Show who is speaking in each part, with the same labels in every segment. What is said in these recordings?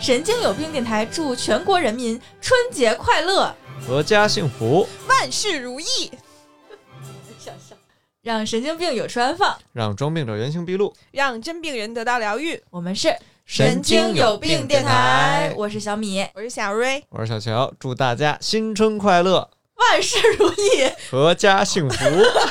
Speaker 1: 神经有病电台祝全国人民春节快乐，
Speaker 2: 阖家幸福，
Speaker 3: 万事如意。
Speaker 1: 让神经病有处安放，
Speaker 2: 让装病者原形毕露，
Speaker 3: 让真病人得到疗愈。
Speaker 1: 我们是
Speaker 2: 神经有病电台，
Speaker 1: 我是小米，
Speaker 3: 我是小瑞，
Speaker 2: 我是小乔，祝大家新春快乐，
Speaker 1: 万事如意，
Speaker 2: 阖家幸福。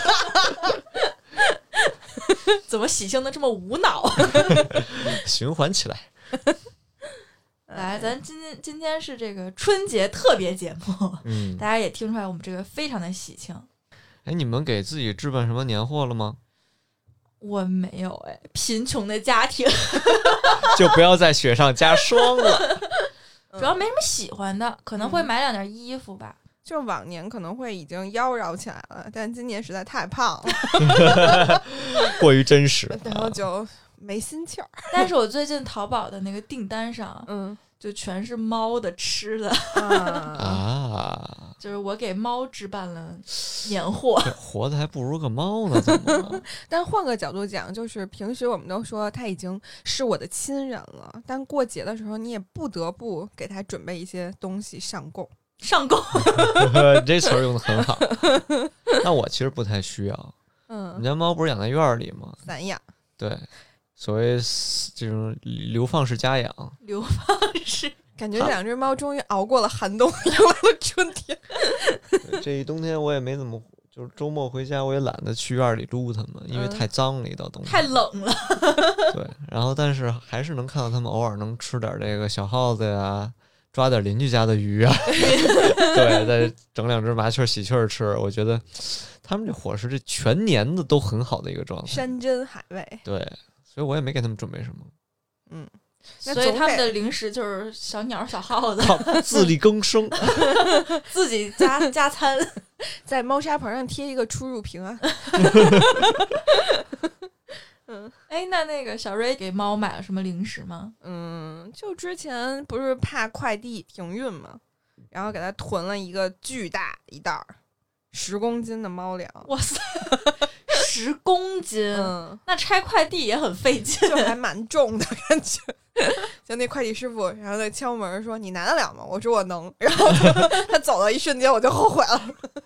Speaker 1: 怎么喜庆的这么无脑？
Speaker 2: 循环起来。
Speaker 1: 来，咱今天是这个春节特别节目，大家也听出来我们这个非常的喜庆。
Speaker 2: 哎，你们给自己置办什么年货了吗？
Speaker 1: 我没有哎，贫穷的家庭
Speaker 2: 就不要在雪上加霜了。
Speaker 1: 主要没什么喜欢的，可能会买两件衣服吧。
Speaker 3: 就往年可能会已经妖娆起来了，但今年实在太胖了，
Speaker 2: 过于真实，
Speaker 3: 然后就没心气儿。
Speaker 1: 但是我最近淘宝的那个订单上，就全是猫的吃的
Speaker 2: 啊，
Speaker 1: 就是我给猫置办了年货，
Speaker 2: 活的还不如个猫呢，怎么了？
Speaker 3: 但换个角度讲，就是平时我们都说他已经是我的亲人了，但过节的时候你也不得不给他准备一些东西上供。
Speaker 1: 上供
Speaker 2: 这词儿用的很好。那我其实不太需要。我们家猫不是养在院里吗？
Speaker 3: 散养。对，
Speaker 2: 所谓这种流放式家养。
Speaker 1: 流放式，
Speaker 3: 感觉两只猫终于熬过了寒冬，迎来了春天。
Speaker 2: 这一冬天我也没怎么，就是周末回家我也懒得去院里撸它们，因为太脏了，一到冬天
Speaker 1: 太冷了。
Speaker 2: 对，然后但是还是能看到它们偶尔能吃点这个小耗子呀。抓点邻居家的鱼啊，对，再整两只麻雀喜鹊吃，我觉得他们这伙食这全年的都很好的一个状态，
Speaker 3: 山珍海味。
Speaker 2: 对，所以我也没给他们准备什么。
Speaker 1: 所以他们的零食就是小鸟小耗子，
Speaker 2: 自力更生，
Speaker 1: 自己加餐，
Speaker 3: 在猫砂盆上贴一个出入平安。
Speaker 1: 哎，那个小瑞给猫买了什么零食吗？
Speaker 3: 就之前不是怕快递停运嘛，然后给它囤了一个巨大一袋10公斤的猫粮。
Speaker 1: 哇塞，10公斤，那拆快递也很费劲，
Speaker 3: 就还蛮重的感觉。就那快递师傅，然后在敲门说：“你拿得了吗？”我说：“我能。”然后他走了一瞬间，我就后悔了。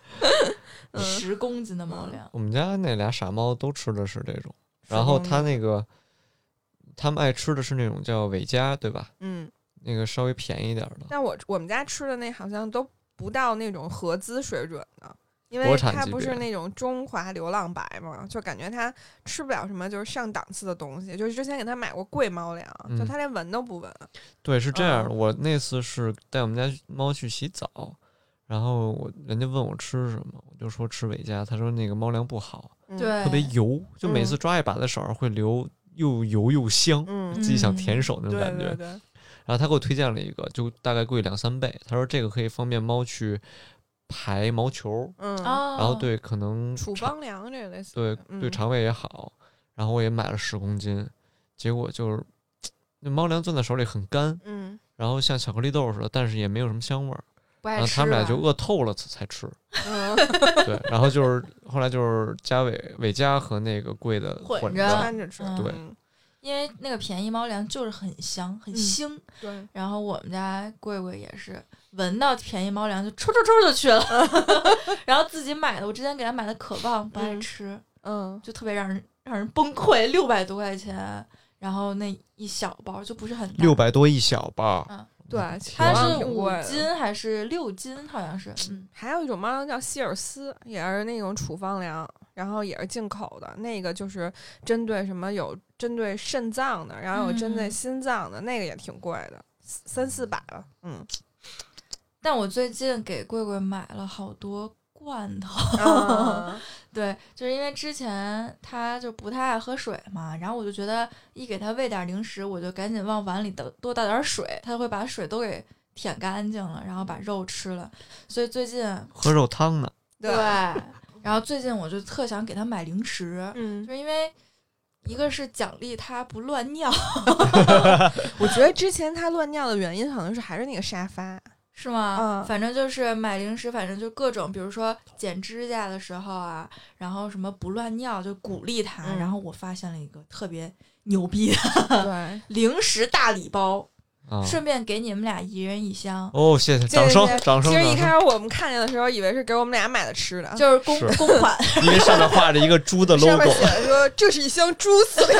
Speaker 1: 10公斤的猫粮，
Speaker 2: 我们家那俩傻猫都吃的是这种。然后他们爱吃的是那种叫伟嘉，对吧？那个稍微便宜一点的。
Speaker 3: 但我们家吃的那好像都不到那种合资水准的，因为它不是那种中华流浪白嘛，就感觉它吃不了什么就是上档次的东西。就是之前给他买过贵猫粮，就他连闻都不闻。对，
Speaker 2: 是这样。我那次是带我们家猫去洗澡，然后人家问我吃什么，我就说吃伟嘉，他说那个猫粮不好。
Speaker 1: 对，
Speaker 2: 特别油，就每次抓一把在手上会流又油又香，自己想舔手那种感觉。
Speaker 3: 对。
Speaker 2: 然后他给我推荐了一个，就大概贵2-3倍。他说这个可以方便猫去排毛球，然后对可能
Speaker 3: 处方粮这类似，
Speaker 2: 对肠胃也好。然后我也买了10公斤，结果就是那猫粮攥在手里很干，然后像巧克力豆似的，但是也没有什么香味儿。然后他们俩就饿透了才吃，对，然后就是后来就是加伟嘉和那个贵的
Speaker 1: 混
Speaker 3: 着吃，
Speaker 2: 对，
Speaker 1: 因为那个便宜猫粮就是很香很腥，
Speaker 3: 对。
Speaker 1: 然后我们家贵贵也是闻到便宜猫粮就抽就去了，然后自己买的，我之前给他买的可棒不爱吃，就特别让人崩溃，600多块钱，然后那一小包就不是很大
Speaker 2: ，600多一小包。
Speaker 3: 对，
Speaker 1: 它是5斤还是6斤？好像是。
Speaker 3: 还有一种猫粮叫希尔斯，也是那种处方粮，然后也是进口的。那个就是针对什么有针对肾脏的，然后有针对心脏的，那个也挺贵的，300-400了。
Speaker 1: 但我最近给贵贵买了好多罐头，对，就是因为之前他就不太爱喝水嘛，然后我就觉得一给他喂点零食，我就赶紧往碗里多倒点水，他就会把水都给舔干净了，然后把肉吃了。所以最近
Speaker 2: 喝肉汤呢，
Speaker 1: 对，然后最近我就特想给他买零食，就是因为一个是奖励他不乱尿，
Speaker 3: 我觉得之前他乱尿的原因可能是还是那个沙发。
Speaker 1: 是吗？反正就是买零食，反正就各种，比如说剪指甲的时候啊，然后什么不乱尿，就鼓励他。然后我发现了一个特别牛逼的零食大礼包， 顺便给你们俩1人1箱。
Speaker 2: 哦，谢谢，掌声，掌声。
Speaker 3: 其实一开始我们看见的时候，以为是给我们俩买的吃的，
Speaker 1: 就是公款，
Speaker 2: 因为上面画着一个猪的 logo，
Speaker 3: 上面写的说这是一箱猪饲料，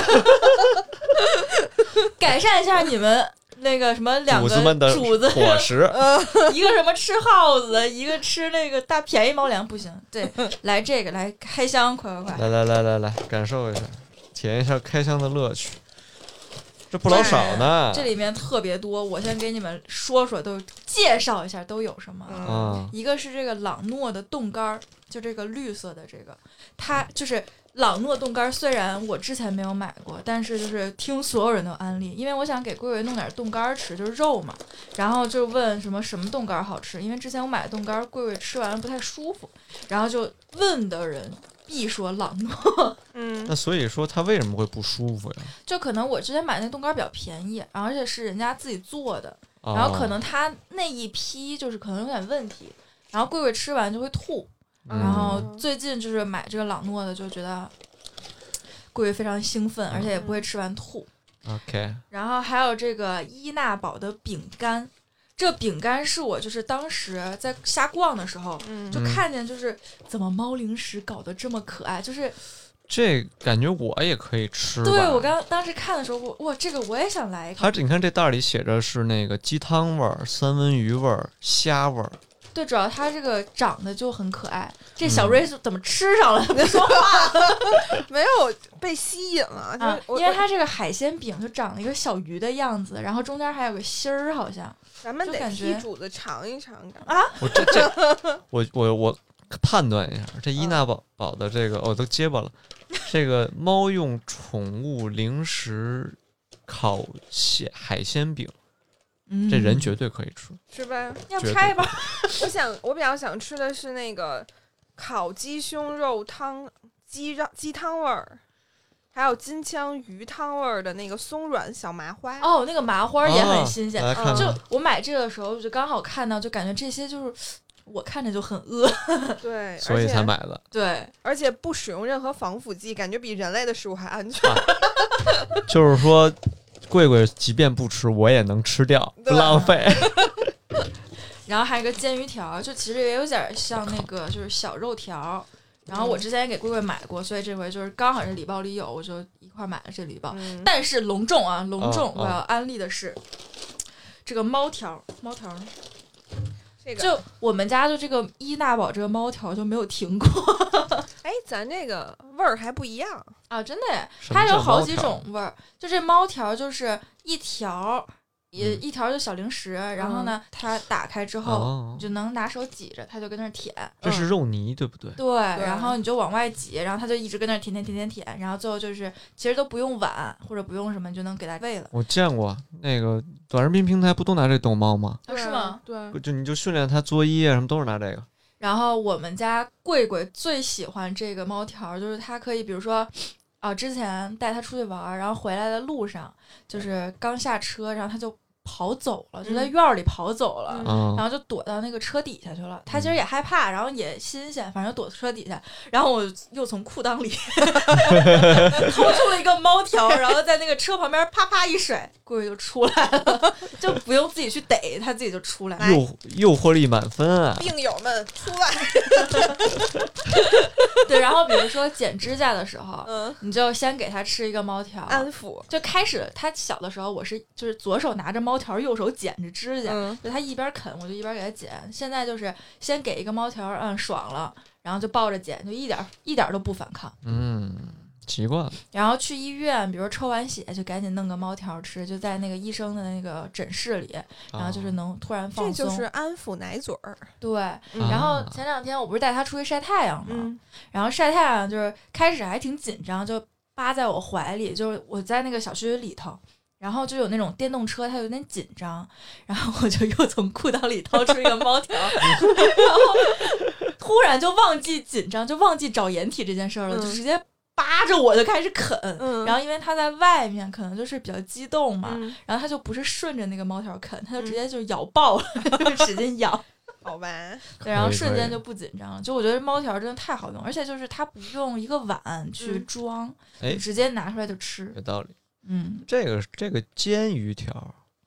Speaker 1: 改善一下你们那个什么2个主子
Speaker 2: 伙食，
Speaker 1: 一个什么吃耗子，一个吃那个大便宜猫粮，不行。对，来这个来开箱，快！
Speaker 2: 来，感受一下，体验一下开箱的乐趣。这不老少呢，
Speaker 1: 这里面特别多，我先给你们说，都介绍一下都有什么。一个是这个朗诺的冻干，就这个绿色的这个，它就是朗诺冻干。虽然我之前没有买过，但是就是听所有人都安利，因为我想给贵贵弄点冻干吃，就是肉嘛。然后就问什么冻干好吃，因为之前我买的冻干贵贵吃完了不太舒服，然后就问的人必说朗诺。
Speaker 2: 那所以说它为什么会不舒服呀？
Speaker 1: 就可能我之前买那冻干比较便宜，然后而且是人家自己做的，然后可能他那一批就是可能有点问题，然后贵贵吃完就会吐。然后最近就是买这个朗诺的，就觉得贵贵非常兴奋，而且也不会吃完吐。
Speaker 2: OK。
Speaker 1: 然后还有这个伊娜宝的饼干。这饼干是我就是当时在瞎逛的时候，就看见就是怎么猫零食搞得这么可爱，就是
Speaker 2: 这感觉我也可以吃吧。
Speaker 1: 对，我当时看的时候，哇，这个我也想来一个。
Speaker 2: 你看这袋里写着是那个鸡汤味儿、三文鱼味儿、虾味儿。
Speaker 1: 对，主要它这个长得就很可爱。这小瑞怎么吃上了？别说话，
Speaker 3: 没有被吸引了，
Speaker 1: 因为它这个海鲜饼就长了一个小鱼的样子，然后中间还有个芯儿，好像。
Speaker 3: 咱们得替主子尝一尝
Speaker 1: 啊！
Speaker 2: 我判断一下，这伊娜宝的这个我都结巴了。这个猫用宠物零食烤海鲜饼，这人绝对可以吃，
Speaker 3: 是吧？
Speaker 1: 要拆吧。
Speaker 3: 我比较想吃的是那个烤鸡胸肉汤，鸡汤味儿。还有金枪鱼汤味儿的那个松软小麻花
Speaker 1: 哦，那个麻花也很新鲜。
Speaker 2: 就
Speaker 1: 我买这个的时候，就刚好看到，就感觉这些就是我看着就很饿，
Speaker 3: 对，
Speaker 2: 所以才买的。
Speaker 1: 对，
Speaker 3: 而且不使用任何防腐剂，感觉比人类的食物还安全。
Speaker 2: 就是说，贵贵即便不吃，我也能吃掉，不浪费。
Speaker 1: 然后还有一个煎鱼条，就其实也有点像那个就是小肉条。然后我之前也给贵贵买过，所以这回就是刚好这礼包里有，我就一块买了这礼包。但是隆重我要安利的是这个猫条呢，就我们家就这个伊娜宝这个猫条就没有停过。
Speaker 3: 哎，咱这个味儿还不一样
Speaker 1: 啊！真的耶，它有好几种味儿。就这猫条就是一条就小零食，然后呢，它打开之后你就能拿手挤着，它就跟那舔。
Speaker 2: 这是肉泥对不对？
Speaker 1: 对，然后你就往外挤，然后它就一直跟那舔，然后最后就是其实都不用碗或者不用什么，你就能给它喂了。
Speaker 2: 我见过那个短视频平台不都拿这逗猫吗？
Speaker 1: 是吗？
Speaker 3: 对，
Speaker 2: 就你就训练它作揖啊什么都是拿这个。
Speaker 1: 然后我们家贵贵最喜欢这个猫条，就是它可以比如说。之前带他出去玩，然后回来的路上，就是刚下车，然后他就跑走了，就在院里跑走了，然后就躲到那个车底下去了。他其实也害怕，然后也新鲜，反正躲车底下。然后我又从裤裆里掏出了一个猫条，然后在那个车旁边啪啪一甩，贵贵就出来了，就不用自己去逮，他自己就出来了。
Speaker 2: 诱惑力满分啊！
Speaker 3: 病友们出来。
Speaker 1: 对，然后比如说剪指甲的时候，你就先给他吃一个猫条，
Speaker 3: 安抚。
Speaker 1: 就开始他小的时候，我是就是左手拿着猫条，右手剪着指甲，就他一边啃，我就一边给他剪。现在就是先给一个猫条，爽了，然后就抱着剪，就一点都不反抗。
Speaker 2: 习惯了。
Speaker 1: 然后去医院，比如抽完血就赶紧弄个猫条吃，就在那个医生的那个诊室里，然后就是能突然放松。
Speaker 3: 这就是安抚奶嘴儿。
Speaker 1: 对，然后前2天我不是带他出去晒太阳吗？然后晒太阳就是开始还挺紧张，就扒在我怀里，就是我在那个小区里头。然后就有那种电动车，他有点紧张，然后我就又从裤裆里掏出一个猫条，然后突然就忘记紧张，就忘记找掩体这件事了，就直接扒着我就开始啃。然后因为他在外面可能就是比较激动嘛，然后他就不是顺着那个猫条啃，他就直接就咬爆了，就使劲咬。
Speaker 3: 好吧，
Speaker 1: 对，然后瞬间就不紧张了。就我觉得猫条真的太好用，而且就是它不用一个碗去装，直接拿出来就吃。
Speaker 2: 有道理。这个煎鱼条，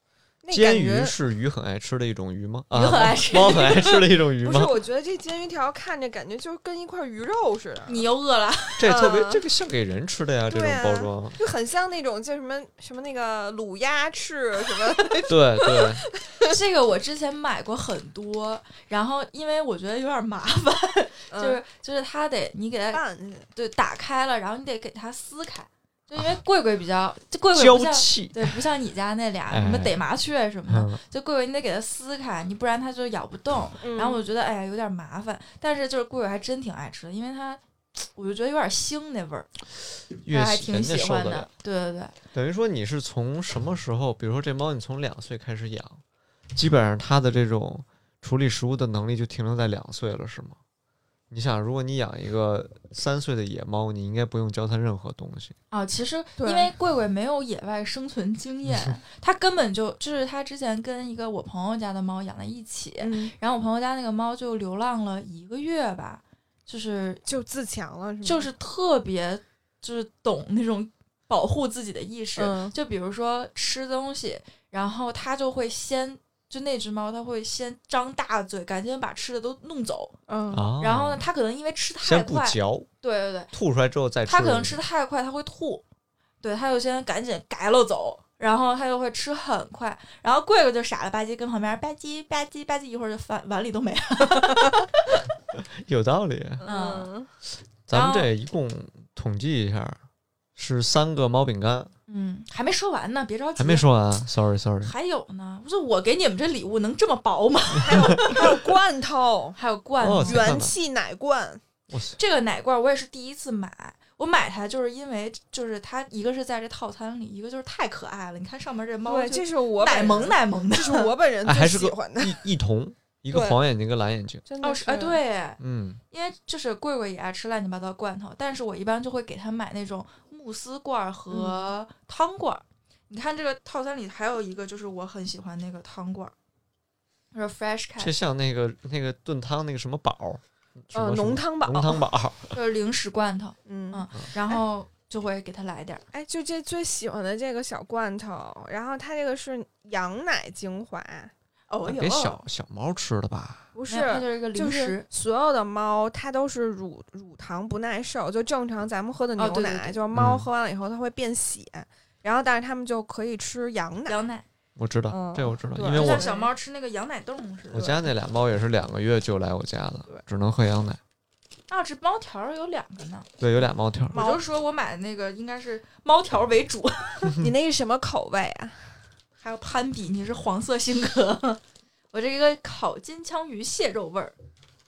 Speaker 2: 煎鱼是鱼很爱吃的一种鱼吗？
Speaker 1: 鱼很爱吃，
Speaker 2: 猫很爱吃的一种鱼吗？
Speaker 3: 不是，我觉得这煎鱼条看着感觉就跟一块鱼肉似的。
Speaker 1: 你又饿了？
Speaker 2: 这特别，这个像给人吃的呀，这种包装
Speaker 3: 就很像那种叫什么那个卤鸭翅什么。
Speaker 2: 对对，
Speaker 1: 这个我之前买过很多，然后因为我觉得有点麻烦，就是它得你给它对打开了，然后你得给它撕开。就因为贵贵比较，就贵贵不像对，不像你家那俩什么逮麻雀什么的，就贵贵你得给它撕开，你不然它就咬不动。然后我就觉得哎呀有点麻烦，但是就是贵贵还真挺爱吃的，因为它我就觉得有点腥那味儿，他还挺喜欢的。对对对，
Speaker 2: 等于说你是从什么时候，比如说这猫你从2岁开始养，基本上它的这种处理食物的能力就停留在2岁了，是吗？你想，如果你养一个3岁的野猫，你应该不用教它任何东西
Speaker 1: 啊。其实因为贵贵没有野外生存经验，它根本就是它之前跟一个我朋友家的猫养在一起，然后我朋友家那个猫就流浪了1个月吧，就
Speaker 3: 自强了，是吗？
Speaker 1: 就是特别就是懂那种保护自己的意识，就比如说吃东西，然后它就会就那只猫，它会先张大嘴，赶紧把吃的都弄走。然后呢，它可能因为吃太快，
Speaker 2: 先不嚼，
Speaker 1: 对对对，
Speaker 2: 吐出来之后再吃。
Speaker 1: 它可能吃太快，它会吐，对，它就先赶紧改了走，然后它就会吃很快。然后贵贵就傻了吧唧跟旁边吧唧吧唧吧唧，一会儿就碗里都没了。
Speaker 2: 有道理。咱们这一共统计一下，是3个猫饼干。
Speaker 1: 还没说完呢，别着急。
Speaker 2: 还没说完 ，sorry。
Speaker 1: 还有呢，不是我给你们这礼物能这么薄吗？
Speaker 3: 还有罐头，
Speaker 1: 还有罐头，
Speaker 3: 元气奶罐。
Speaker 1: 这个奶罐我也是第一次买，我买它就是因为就是它一个是在这套餐里，一个就是太可爱了。你看上面这猫，
Speaker 3: 对，这是我
Speaker 1: 奶萌奶萌的，
Speaker 3: 这是我本人最喜欢的。
Speaker 2: 异瞳，一个黄眼睛，一个蓝眼睛。
Speaker 1: 哦，对，因为就是贵贵也爱吃乱七八糟罐头，但是我一般就会给他买那种慕斯罐和汤罐。你看这个套餐里还有一个，就是我很喜欢那个汤罐，就是 Fresh Cat，
Speaker 2: 这像那个炖汤那个什么宝，
Speaker 3: 浓汤宝，
Speaker 2: 浓汤宝，
Speaker 1: 就是零食罐头，然后就会给他来点。
Speaker 3: 哎，就这最喜欢的这个小罐头，然后它这个是羊奶精华。
Speaker 2: 给小猫吃的吧？
Speaker 3: 不是，
Speaker 1: 它就是一个零食。
Speaker 3: 就是所有的猫它都是乳糖不耐受，就正常咱们喝的牛奶，
Speaker 1: 对
Speaker 3: 就是猫喝完了以后它会变血，然后但是它们就可以吃羊奶。
Speaker 2: 我知道，这我知道，因为
Speaker 1: 像小猫吃那个羊奶冻似的。
Speaker 2: 我家那俩猫也是2个月就来我家的，只能喝羊奶。
Speaker 1: 这猫条有2个呢。
Speaker 2: 对，有俩猫条。
Speaker 1: 我就说我买的那个应该是猫条为主。
Speaker 3: 你那是什么口味啊？
Speaker 1: 还有攀比，你是黄色性格。我这个烤金枪鱼蟹肉味儿，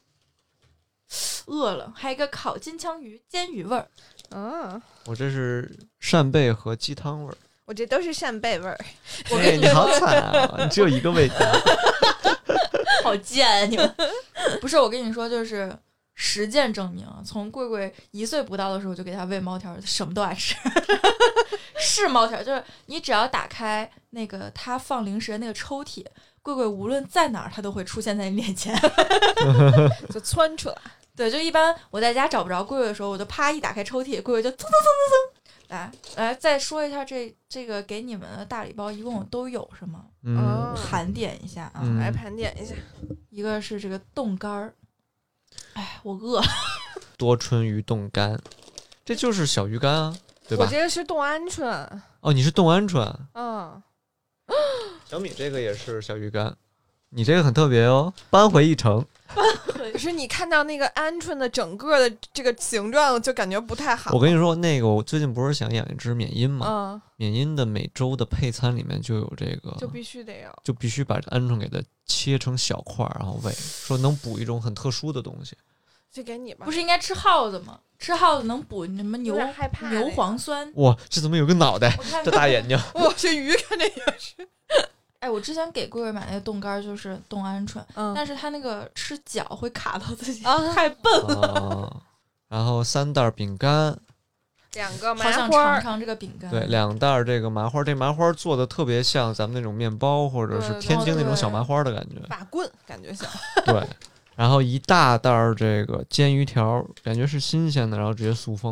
Speaker 1: 饿了。还有一个烤金枪鱼煎鱼味儿。
Speaker 2: 我这是扇贝和鸡汤味儿。
Speaker 3: 我这都是扇贝味儿。
Speaker 2: 你好惨啊！你只有一个味道。
Speaker 1: 好贱啊你们！不是，我跟你说，就是实践证明，从贵贵1岁不到的时候就给他喂猫条，什么都爱吃。是猫条，就是你只要打开那个他放零食的那个抽屉，贵贵无论在哪儿，他都会出现在你面前，
Speaker 3: 就窜出来。
Speaker 1: 对，就一般我在家找不着贵贵的时候，我就啪一打开抽屉，贵贵就蹭蹭蹭蹭蹭。来，再说一下这个给你们的大礼包一共都有什么？盘点一下啊，
Speaker 3: 来盘点一下。
Speaker 1: 一个是这个冻干儿，哎，我饿了。
Speaker 2: 多春鱼冻干，这就是小鱼干啊，对吧？
Speaker 3: 我这个是冻鹌鹑。
Speaker 2: 哦，你是冻鹌鹑。小米这个也是小鱼干，你这个很特别哦，扳回一城。
Speaker 3: 可是你看到那个鹌鹑的整个的这个形状，就感觉不太好。
Speaker 2: 我跟你说，那个我最近不是想养一只缅因嘛？缅因的每周的配餐里面就有这个，
Speaker 3: 就必须得有，
Speaker 2: 就必须把鹌鹑给它切成小块，然后喂，说能补一种很特殊的东西。
Speaker 3: 这给你吧。
Speaker 1: 不是应该吃耗子吗？吃耗子能补什么牛磺酸？
Speaker 2: 哇，这怎么有个脑袋？这大眼睛！
Speaker 3: 哇，这鱼看着也是。
Speaker 1: 哎，我之前给贵贵买那个冻干就是冻鹌鹑，但是他那个吃脚会卡到自己，太笨了。
Speaker 2: 然后3袋饼干
Speaker 3: ，2个麻花，
Speaker 1: 好想尝尝这个饼干。
Speaker 2: 对，2袋这个麻花，这麻花做的特别像咱们那种面包或者是天津那种小麻花的感觉，
Speaker 3: 法棍感觉像。
Speaker 2: 对，然后1大袋这个煎鱼条，感觉是新鲜的，然后直接塑封的。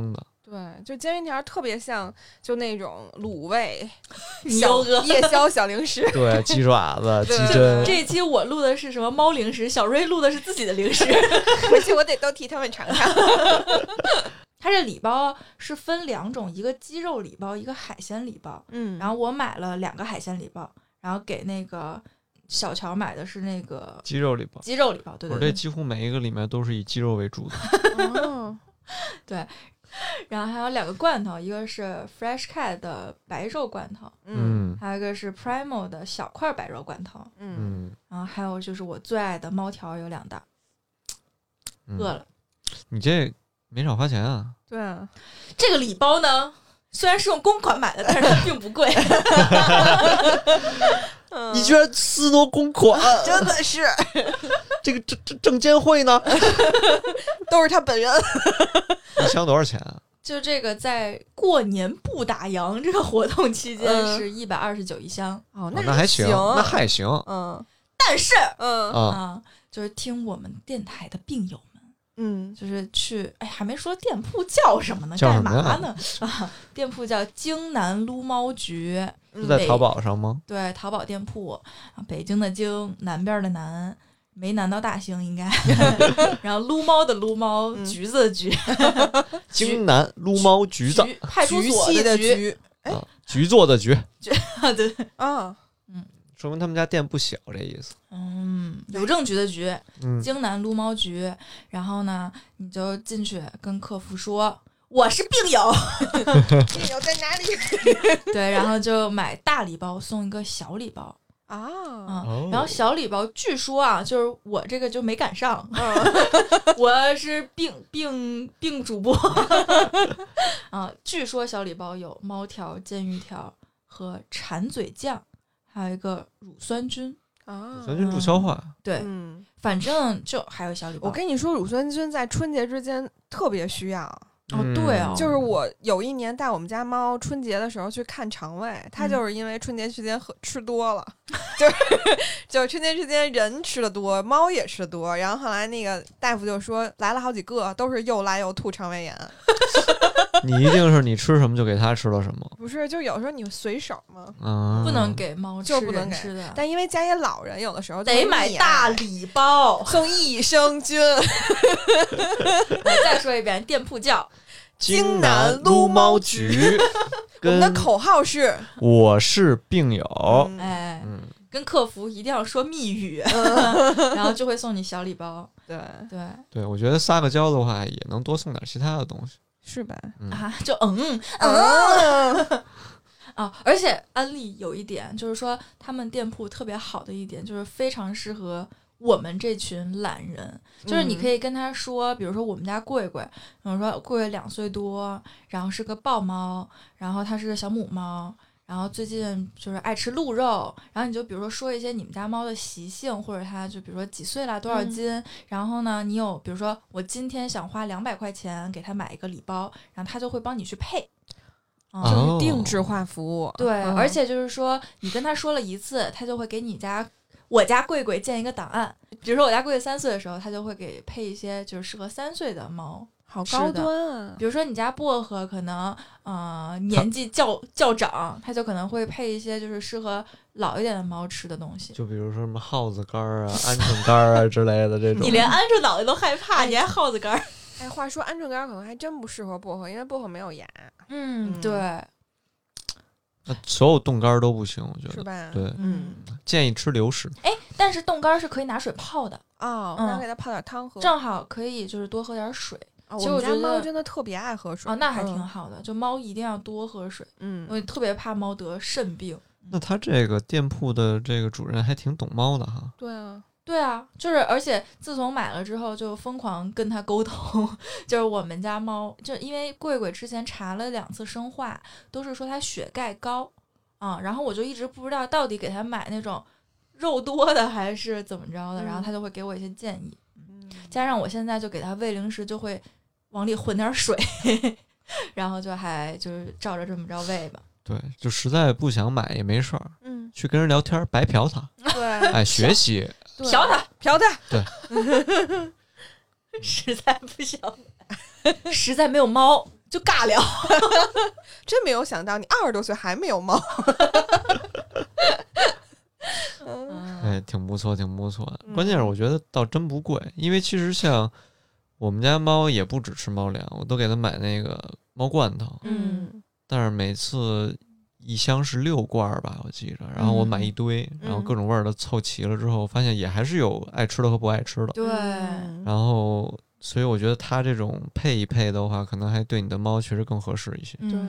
Speaker 3: 对，就煎鱼条特别像就那种卤味
Speaker 1: 夜
Speaker 3: 宵小零食，
Speaker 2: 对，鸡爪子、鸡胗。
Speaker 1: 这一期我录的是什么猫零食，小瑞录的是自己的零食，
Speaker 3: 回去我得都替他们尝尝。
Speaker 1: 它这礼包是分2种，一个鸡肉礼包，一个海鲜礼包。然后我买了2个海鲜礼包，然后给那个小乔买的是那个
Speaker 2: 鸡肉礼包。
Speaker 1: 鸡肉礼包，对。
Speaker 2: 我这几乎每一个里面都是以鸡肉为主的。
Speaker 1: 对。然后还有2个罐头，一个是 Fresh Cat 的白肉罐头，还有一个是 Primo 的小块白肉罐头，然后还有就是我最爱的猫条有2袋，饿了。
Speaker 2: 你这没少花钱啊。
Speaker 3: 对啊，
Speaker 1: 这个礼包呢，虽然是用公款买的，但是它并不贵。
Speaker 2: 你居然私挪公款，
Speaker 3: 真的是。
Speaker 2: 这个证监会呢，
Speaker 3: 都是他本人。
Speaker 2: 一箱多少钱啊？
Speaker 1: 就这个在过年不打烊这个活动期间是129一箱。
Speaker 2: 那还行，那还行。
Speaker 1: 但是就是听我们电台的病友们，就是去，还没说店铺叫什么呢？干嘛呢？店铺叫京南撸猫局，
Speaker 2: 是在淘宝上吗？
Speaker 1: 对，淘宝店铺，北京的京，南边的南。没南到大兴应该，然后撸猫的撸猫，橘子的橘，
Speaker 2: 京南撸猫橘子，
Speaker 1: 派出所的
Speaker 3: 橘，
Speaker 2: 局座的局，
Speaker 1: 对
Speaker 3: 啊，
Speaker 2: 说明他们家店不小，这意思。
Speaker 1: 邮政局的局，京南撸猫局。然后呢，你就进去跟客服说我是病友，
Speaker 3: 病友在哪里？
Speaker 1: 对，然后就买大礼包送一个小礼包。然后小礼包据说就是我这个就没赶上，我是病主播据说小礼包有猫条、煎鱼条和馋嘴酱，还有一个乳酸菌
Speaker 2: 乳酸菌助消化。
Speaker 1: 对，反正就还有小礼包。
Speaker 3: 我跟你说，乳酸菌在春节之间特别需要。
Speaker 1: 对啊，
Speaker 3: 就是我有一年带我们家猫春节的时候去看肠胃，它就是因为春节期间吃多了，就是春节之间人吃的多，猫也吃的多，然后后来那个大夫就说来了好几个都是又拉又吐肠胃炎。
Speaker 2: 你一定是你吃什么就给它吃了什么？
Speaker 3: 不是，就有时候你随手嘛，
Speaker 1: 不能给猫
Speaker 3: 就不能
Speaker 1: 吃的。
Speaker 3: 但因为家里老人有的时候
Speaker 1: 得买大礼包，
Speaker 3: 送益生菌。
Speaker 1: 我再说一遍，店铺叫
Speaker 2: 京南撸猫局。
Speaker 3: 我们的口号是
Speaker 2: 我是病友。
Speaker 1: 跟客服一定要说密语，然后就会送你小礼包。
Speaker 3: 对，
Speaker 2: 我觉得撒个娇的话也能多送点其他的东西，
Speaker 3: 是吧？
Speaker 1: 就而且安利有一点就是说，他们店铺特别好的一点就是非常适合我们这群懒人，就是你可以跟他说，比如说我们家贵贵，比如说贵贵2岁多，然后是个豹猫，然后它是个小母猫，然后最近就是爱吃鹿肉，然后你就比如说一些你们家猫的习性，或者它就比如说几岁了，多少斤，然后呢你有比如说我今天想花200块钱给他买一个礼包，然后他就会帮你去配。
Speaker 3: 就是定制化服务。
Speaker 1: 对，而且就是说你跟他说了一次，他就会给我家贵贵建一个档案，比如说我家贵贵3岁的时候，他就会给配一些就是适合3岁的猫。
Speaker 3: 好高端啊！
Speaker 1: 比如说你家薄荷可能年纪较长，他就可能会配一些就是适合老一点的猫吃的东西，
Speaker 2: 就比如说什么耗子干啊、鹌鹑干啊之类的这种。
Speaker 1: 你连鹌鹑脑袋都害怕，你还耗子干？
Speaker 3: 话说鹌鹑干可能还真不适合薄荷，因为薄荷没有牙。
Speaker 1: 对。
Speaker 2: 那所有冻干都不行，我觉得
Speaker 3: 是吧？
Speaker 2: 对，建议吃流食。
Speaker 1: 但是冻干是可以拿水泡的
Speaker 3: 拿给它泡点汤喝，
Speaker 1: 正好可以就是多喝点水。
Speaker 3: 其实我家猫真的特别爱喝水
Speaker 1: 那还挺好的。就猫一定要多喝水，我特别怕猫得肾病。
Speaker 2: 那他这个店铺的这个主人还挺懂猫的哈。
Speaker 1: 对啊，就是而且自从买了之后就疯狂跟他沟通，就是我们家猫就因为贵贵之前查了2次生化，都是说它血钙高然后我就一直不知道到底给他买那种肉多的还是怎么着的，然后他就会给我一些建议，加上我现在就给他喂零食就会往里混点水然后就是照着这么着喂吧。
Speaker 2: 对，就实在不想买也没事儿，去跟人聊天白嫖他。
Speaker 3: 对，
Speaker 2: 学习
Speaker 1: 嫖他。
Speaker 2: 对，
Speaker 1: 实在不想买，实在没有猫就尬聊。
Speaker 3: 真没有想到你20多岁还没有猫。
Speaker 2: 哎，挺不错，挺不错的。关键是我觉得倒真不贵，因为其实像我们家猫也不只吃猫粮，我都给它买那个猫罐头。但是每次一箱是6罐吧，我记着，然后我买一堆，然后各种味儿的凑齐了之后，发现也还是有爱吃的和不爱吃的。
Speaker 1: 对，
Speaker 2: 然后所以我觉得它这种配一配的话，可能还对你的猫确实更合适一些。
Speaker 3: 对，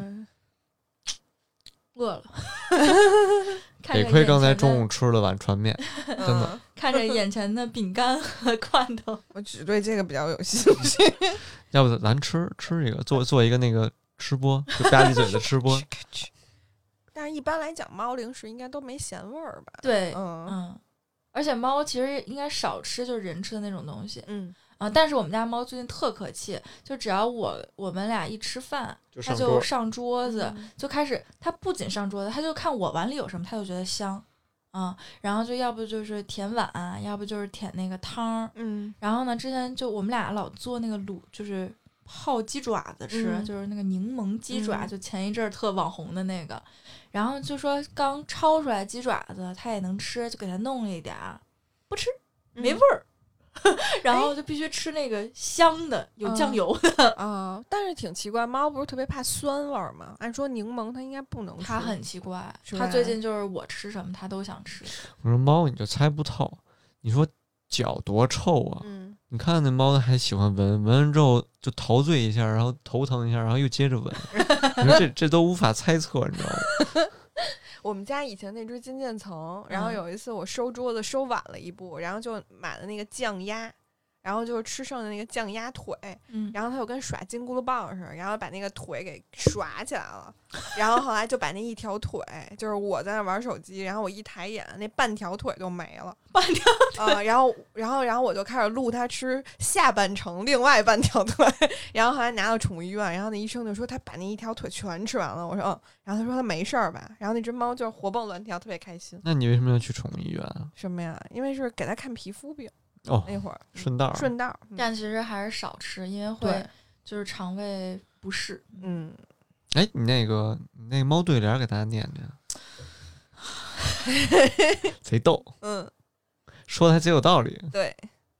Speaker 1: 饿了。
Speaker 2: 得亏刚才中午吃了碗船面，真的。
Speaker 1: 看着眼前的饼干和罐头，
Speaker 3: 我只对这个比较有兴趣。
Speaker 2: 要不咱吃一个，做一个那个吃播，就吧唧嘴的吃播。
Speaker 3: 但是一般来讲，猫零食应该都没咸味儿吧？
Speaker 1: 对，而且猫其实应该少吃就是人吃的那种东西。但是我们家猫最近特可气，就只要我们俩一吃饭，它就上桌子，就开始，它不仅上桌子，它就看我碗里有什么，它就觉得香，然后就要不就是舔碗，要不就是舔那个汤，然后呢，之前就我们俩老做那个就是泡鸡爪子吃，就是那个柠檬鸡爪，就前一阵儿特网红的那个，然后就说刚焯出来鸡爪子，它也能吃，就给它弄了一点儿，不吃，没味儿。然后就必须吃那个香的，有酱油的
Speaker 3: 但是挺奇怪，猫不是特别怕酸味儿吗？按说柠檬它应该不能吃。
Speaker 1: 它很奇怪，它最近就是我吃什么它都想吃。
Speaker 2: 我说猫你就猜不透，你说脚多臭啊！你看那猫还喜欢闻完之后就陶醉一下，然后头疼一下，然后又接着闻。你说这都无法猜测，你知道吗？
Speaker 3: 我们家以前那只金渐层，然后有一次我收桌子收晚了一步，然后就买了那个酱鸭，然后就是吃剩的那个酱鸭腿，然后它就跟耍金箍噜棒似的，然后把那个腿给耍起来了，然后后来就把那一条腿，就是我在那玩手机，然后我一抬眼，那半条腿都没了，
Speaker 1: 半条腿
Speaker 3: 然后我就开始录它吃下半程另外半条腿，然后后来拿到宠物医院，然后那医生就说他把那一条腿全吃完了，我说然后他说他没事儿吧，然后那只猫就是活蹦乱跳，特别开心。
Speaker 2: 那你为什么要去宠物医院啊？
Speaker 3: 什么呀？因为是给它看皮肤病。那会儿
Speaker 2: 顺道，
Speaker 1: 但其实还是少吃，因为会就是肠胃不适。
Speaker 2: 哎，你那个猫对联给大家念念，贼逗。说的还贼有道理。
Speaker 3: 对，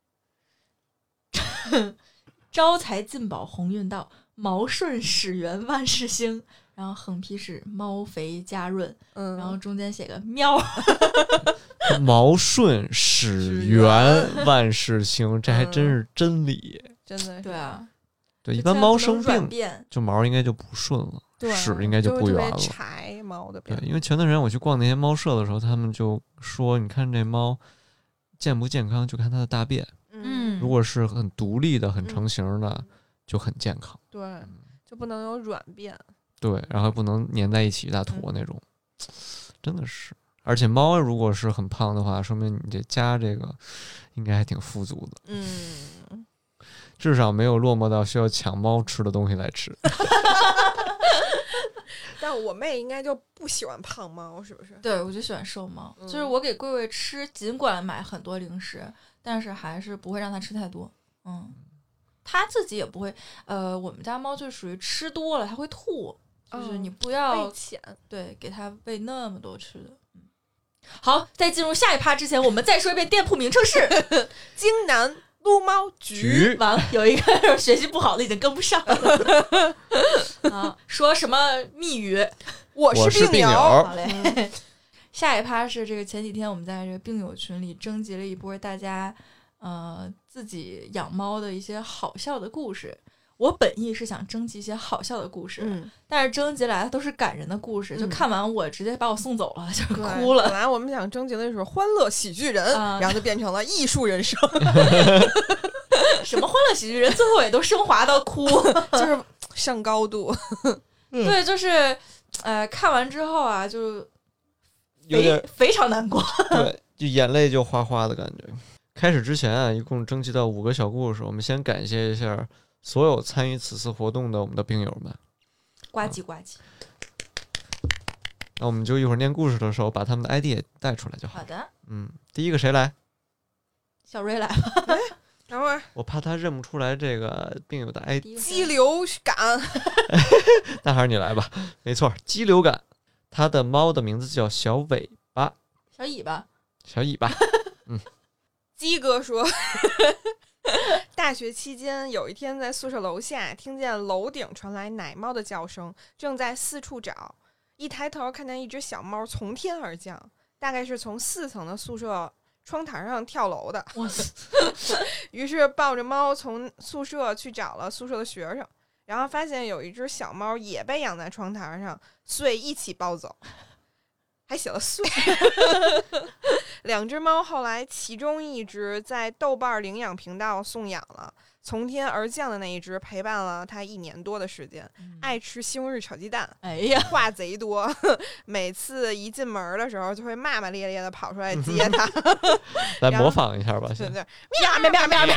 Speaker 1: 招财进宝鸿运到，毛顺始源万事兴。然后横批是猫肥家润，然后中间写个喵。
Speaker 2: 毛顺始源万事兴，这还真是真理。
Speaker 3: 真的
Speaker 1: 对啊，
Speaker 2: 对，一般猫生病就毛应该就不顺了，屎应该就不圆了。
Speaker 3: 柴猫的病。
Speaker 2: 对，因为前段时间我去逛那些猫舍的时候，他们就说，你看这猫健不健康，就看它的大便。如果是很独立的、很成型的，就很健康。
Speaker 3: 对，就不能有软便。
Speaker 2: 对，然后不能粘在一起一大坨那种，真的是。而且猫如果是很胖的话，说明你这家这个应该还挺富足的。至少没有落寞到需要抢猫吃的东西来吃。
Speaker 3: 但我妹应该就不喜欢胖猫，是不是？
Speaker 1: 对，我就喜欢瘦猫。就是我给贵贵吃，尽管买很多零食，但是还是不会让它吃太多。它自己也不会。我们家猫就属于吃多了它会吐。就是你不要对给它喂那么多吃的。好，在进入下一趴之前，我们再说一遍店铺名称是
Speaker 3: 京南撸猫局。
Speaker 1: 完了，有一个学习不好的已经跟不上了。说什么密语？
Speaker 3: 我是病友。
Speaker 1: 好嘞。下一趴是这个前几天我们在这个病友群里征集了一波大家自己养猫的一些好笑的故事。我本意是想征集一些好笑的故事，但是征集来的都是感人的故事，就看完我直接把我送走了，就是哭了。
Speaker 3: 本来我们想征集的是欢乐喜剧人，然后就变成了艺术人生。
Speaker 1: 什么欢乐喜剧人，最后也都升华到哭，
Speaker 3: 就是上高度。
Speaker 1: 对，就是看完之后啊，就
Speaker 2: 有点
Speaker 1: 非常难过。
Speaker 2: 对，就眼泪就哗哗的感觉。开始之前啊，一共征集到5个小故事，我们先感谢一下所有参与此次活动的我们的病友们，
Speaker 1: 呱唧呱唧。
Speaker 2: 那我们就一会儿念故事的时候把他们的 ID 也带出来就好。
Speaker 1: 好的。
Speaker 2: 第一个谁来？
Speaker 1: 小瑞来吧。
Speaker 3: 等会儿，
Speaker 2: 我怕他认不出来这个病友的
Speaker 3: 肌瘤感。
Speaker 2: 那还是你来吧。没错，肌瘤感。它的猫的名字叫小尾巴。
Speaker 1: 小尾巴。
Speaker 2: 小尾巴。
Speaker 3: 鸡哥说，大学期间有一天在宿舍楼下听见楼顶传来奶猫的叫声，正在四处找，一抬头看见一只小猫从天而降，大概是从4层的宿舍窗台上跳楼的。于是抱着猫从宿舍去找了宿舍的学生，然后发现有一只小猫也被养在窗台上，遂一起抱走，还写了遂。2只猫后来其中一只在豆瓣领养频道送养了，从天而降的那一只陪伴了它1年多的时间，爱吃西红柿炒鸡蛋，
Speaker 1: 哎呀，
Speaker 3: 话贼多，每次一进门的时候就会骂骂咧咧的跑出来接它。
Speaker 2: 来模仿一下吧，
Speaker 3: 对对，喵喵喵喵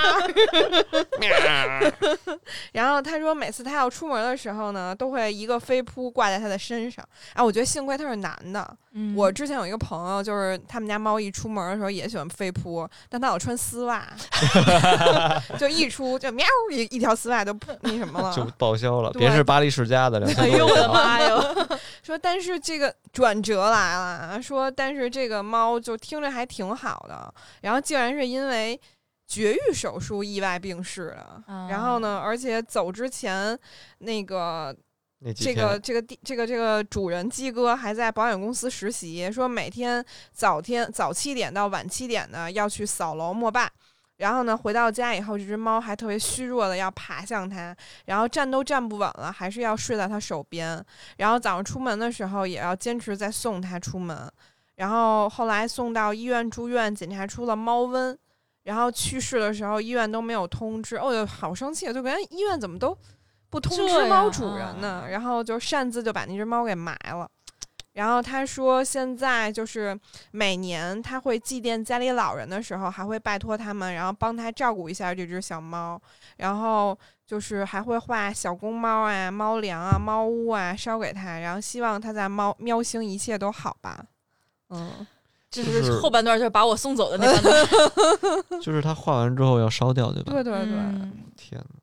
Speaker 3: 喵。然后他说每次他要出门的时候呢，都会一个飞扑挂在他的身上。啊，我觉得幸亏他是男的。我之前有一个朋友，就是他们家猫一出门的时候也喜欢飞扑，但他老穿丝袜，就一出就喵一条丝袜就那什么了，
Speaker 2: 就报销了。别是巴黎世家的，2000多。
Speaker 1: 哎呦我的妈哟！
Speaker 3: 说但是这个转折来了，说但是这个猫就听着还挺好的，然后竟然是因为绝育手术意外病逝的，然后呢，而且走之前那个。这个主人鸡哥还在保险公司实习，说每天早7点到晚7点呢要去扫楼膜拜，然后呢回到家以后，这只猫还特别虚弱的要爬向他，然后站都站不稳了，还是要睡在他手边，然后早上出门的时候也要坚持再送他出门，然后后来送到医院住院，检查出了猫瘟，然后去世的时候医院都没有通知，哦，好生气，就感觉医院怎么都不通知猫主人呢，然后就擅自就把那只猫给埋了。然后他说现在就是每年他会祭奠家里老人的时候，还会拜托他们，然后帮他照顾一下这只小猫，然后就是还会画小公猫啊、猫粮啊、猫屋啊烧给他，然后希望他在喵星一切都好吧。
Speaker 1: 这是后半段，就是把我送走的那半段。
Speaker 2: 就是他画完之后要烧掉，对吧？
Speaker 3: 对对对。
Speaker 2: 天哪！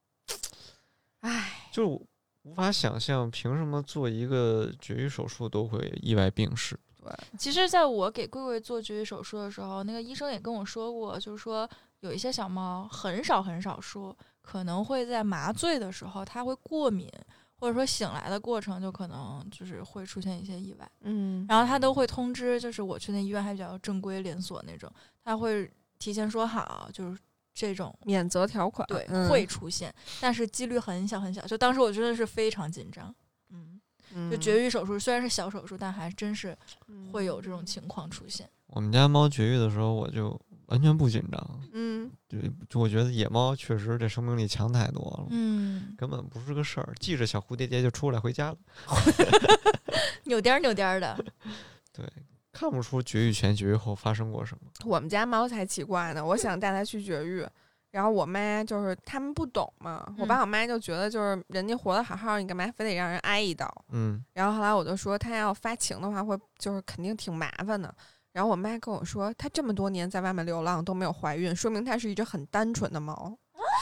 Speaker 3: 唉，
Speaker 2: 就无法想象，凭什么做一个绝育手术都会意外病逝？
Speaker 3: 对，
Speaker 1: 其实在我给贵贵做绝育手术的时候，那个医生也跟我说过，就是说有一些小猫很少数可能会在麻醉的时候它会过敏，或者说醒来的过程就可能就是会出现一些意外。然后他都会通知，就是我去那医院还比较正规连锁那种，他会提前说好，就是这种
Speaker 3: 免责条款，
Speaker 1: 对，会出现，但是几率很小很小。就当时我真的是非常紧张，就绝育手术虽然是小手术，但还真是会有这种情况出现。
Speaker 2: 我们家猫绝育的时候，我就完全不紧张。就我觉得野猫确实这生命力强太多了，根本不是个事儿，系着小蝴蝶结就出来回家了，
Speaker 1: 扭颠扭颠的。
Speaker 2: 对。看不出绝育前绝育后发生过什么。
Speaker 3: 我们家猫才奇怪呢，我想带它去绝育，然后我妈就是他们不懂嘛，我爸我妈就觉得就是人家活得好好，你干嘛非得让人挨一刀？然后后来我就说他要发情的话会就是肯定挺麻烦的，然后我妈跟我说他这么多年在外面流浪都没有怀孕，说明他是一只很单纯的猫。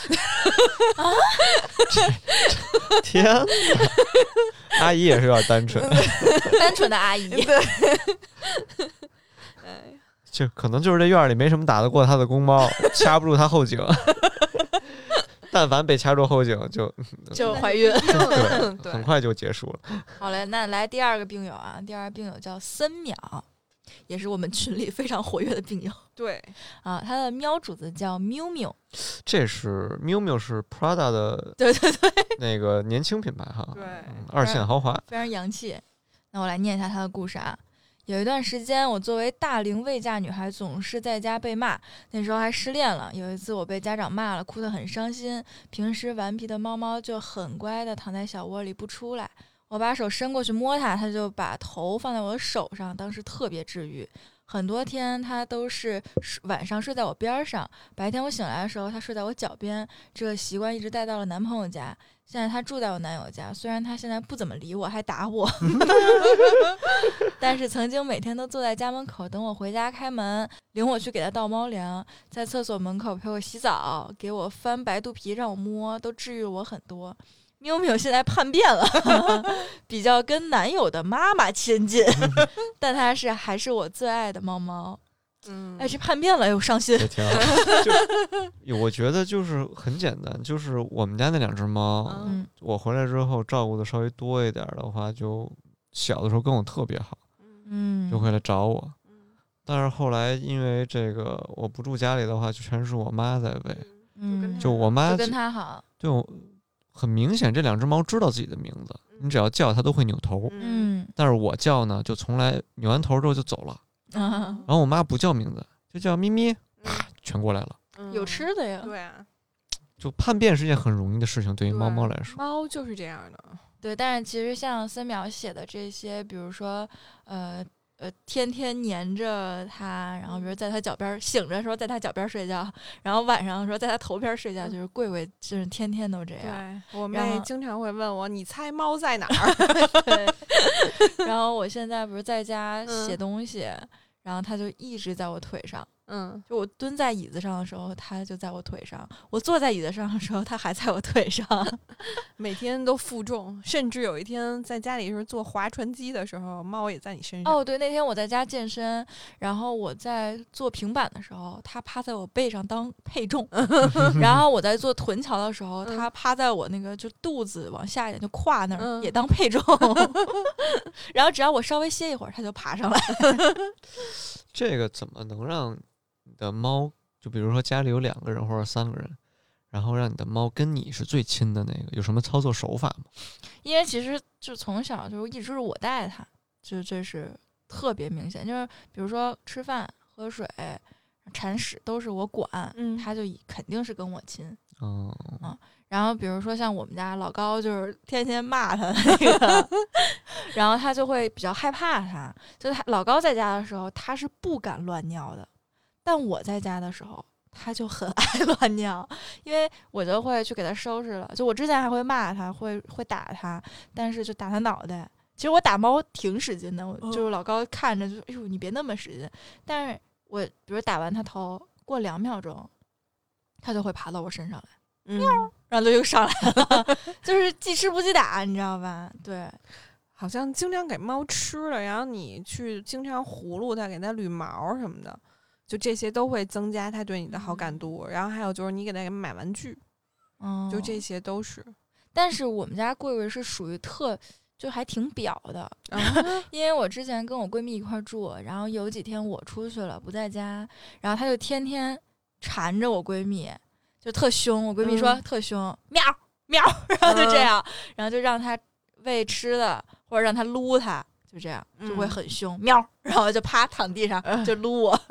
Speaker 2: 天哪，阿姨也是有点单纯，
Speaker 1: 单纯的阿姨。
Speaker 3: 对，
Speaker 2: 就可能就是这院里没什么打得过他的公猫，掐不住他后颈。但凡被掐住后颈
Speaker 1: 就怀孕，
Speaker 2: 对，很快就结束了。
Speaker 1: 好嘞，那来第二个病友啊，第二个病友叫森淼，也是我们群里非常活跃的病友。
Speaker 3: 对
Speaker 1: 啊，他的喵主子叫喵喵，
Speaker 2: 这是喵喵是 Prada 的，
Speaker 1: 对
Speaker 2: 那个年轻品牌哈，
Speaker 3: 对
Speaker 2: ，2线豪华，
Speaker 1: 非常洋气。那我来念一下他的故事啊。有一段时间，我作为大龄未嫁女孩，总是在家被骂。那时候还失恋了。有一次，我被家长骂了，哭得很伤心。平时顽皮的猫猫就很乖的躺在小窝里不出来。我把手伸过去摸它，它就把头放在我的手上，当时特别治愈。 很多天它都是晚上睡在我边上，白天我醒来的时候它睡在我脚边，这个习惯一直带到了男朋友家。现在他住在我男友家，虽然他现在不怎么理我，还打我，但是曾经每天都坐在家门口等我回家开门，领我去给他倒猫粮，在厕所门口陪我洗澡，给我翻白肚皮让我摸，都治愈了我很多。喵喵现在叛变了，比较跟男友的妈妈亲近，但它还是我最爱的猫猫。哎，这叛变了又伤心。
Speaker 2: 我觉得就是很简单，就是我们家那2只猫，我回来之后照顾的稍微多一点的话，就小的时候跟我特别好，就会来找我。但是后来因为这个我不住家里的话，就全是我妈在喂，就我妈
Speaker 1: 就跟他好，
Speaker 2: 就很明显这2只猫知道自己的名字，你只要叫它都会扭头，但是我叫呢就从来扭完头之后就走了。然后我妈不叫名字，就叫咪咪，啪，全过来了。
Speaker 1: 有吃的呀。
Speaker 3: 对啊，
Speaker 2: 就叛变是件很容易的事情，对于猫猫来说。
Speaker 3: 猫就是这样的。
Speaker 1: 对，但是其实像森淼写的这些，比如说，天天黏着它，然后比如在它脚边醒着说在它脚边睡觉，然后晚上说在它头边睡觉，就是贵贵就是天天都这样。
Speaker 3: 对，我妹经常会问我，你猜猫在哪儿？
Speaker 1: 对。然后我现在不是在家写东西，然后它就一直在我腿上。就我蹲在椅子上的时候，它就在我腿上；我坐在椅子上的时候，它还在我腿上。
Speaker 3: 每天都负重，甚至有一天在家里是坐划船机的时候，猫也在你身上。
Speaker 1: 哦，对，那天我在家健身，然后我在做平板的时候，它趴在我背上当配重；然后我在做臀桥的时候，它趴在我那个就肚子往下一点就胯那儿也当配重。然后只要我稍微歇一会儿，它就爬上来。
Speaker 2: 这个怎么能让你的猫，就比如说家里有2个人或者3个人，然后让你的猫跟你是最亲的那个，有什么操作手法吗？
Speaker 1: 因为其实就从小就一直是我带它，就这是特别明显，就是比如说吃饭、喝水、铲屎都是我管，它就肯定是跟我亲。然后比如说像我们家老高就是天天骂他那个，然后他就会比较害怕他。就他老高在家的时候，他是不敢乱尿的，但我在家的时候，他就很爱乱尿，因为我就会去给他收拾了。就我之前还会骂他，会打他，但是就打他脑袋。其实我打猫挺使劲的，就是老高看着就哎呦你别那么使劲，但是我比如打完他头过2秒钟，他就会爬到我身上来，喵，然后就又上来了，就是记吃不记打，你知道吧？对，
Speaker 3: 好像经常给猫吃了，然后你去经常葫芦它，给它捋毛什么的，就这些都会增加它对你的好感度。然后还有就是你给它买玩具，就这些都是。
Speaker 1: 但是我们家贵贵是属于就还挺表的，因为我之前跟我闺蜜一块住，然后有几天我出去了不在家，然后她就天天缠着我闺蜜，就特凶。我闺蜜说特凶，喵喵，然后就这样，然后就让她喂吃的或者让她撸她，就这样就会很凶，喵，然后就趴躺地上就撸我。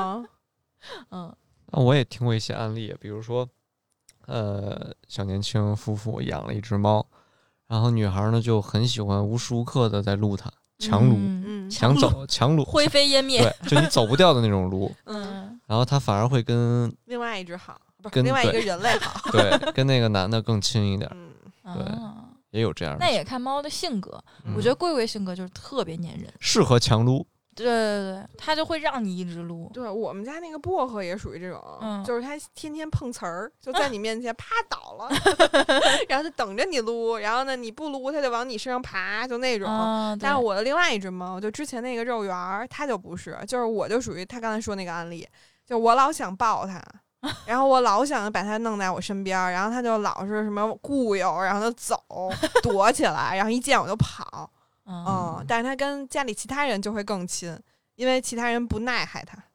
Speaker 2: 那我也听过一些案例，比如说小年轻夫妇养了一只猫，然后女孩呢就很喜欢无时无刻的在撸它，强撸，强撸，
Speaker 1: 灰飞烟灭，
Speaker 2: 对，就你走不掉的那种撸。然后他反而会跟
Speaker 3: 另外一只好，不是另外一个人类好，
Speaker 2: 对，跟那个男的更亲一点。对，也有这样的。
Speaker 1: 那也看猫的性格，我觉得贵贵性格就是特别粘人，
Speaker 2: 适合强撸。
Speaker 1: 对对对，他就会让你一直撸。
Speaker 3: 对，我们家那个薄荷也属于这种，就是他天天碰瓷儿，就在你面前啪倒了，然后就等着你撸，然后呢你不撸，他就往你身上爬，就那种。但是我的另外一只猫，就之前那个肉圆，它就不是，就是我就属于他刚才说那个案例，就我老想抱它。然后我老想把它弄在我身边，然后它就老是什么固有，然后就走躲起来，然后一见我就跑。但是他跟家里其他人就会更亲，因为其他人不耐害他。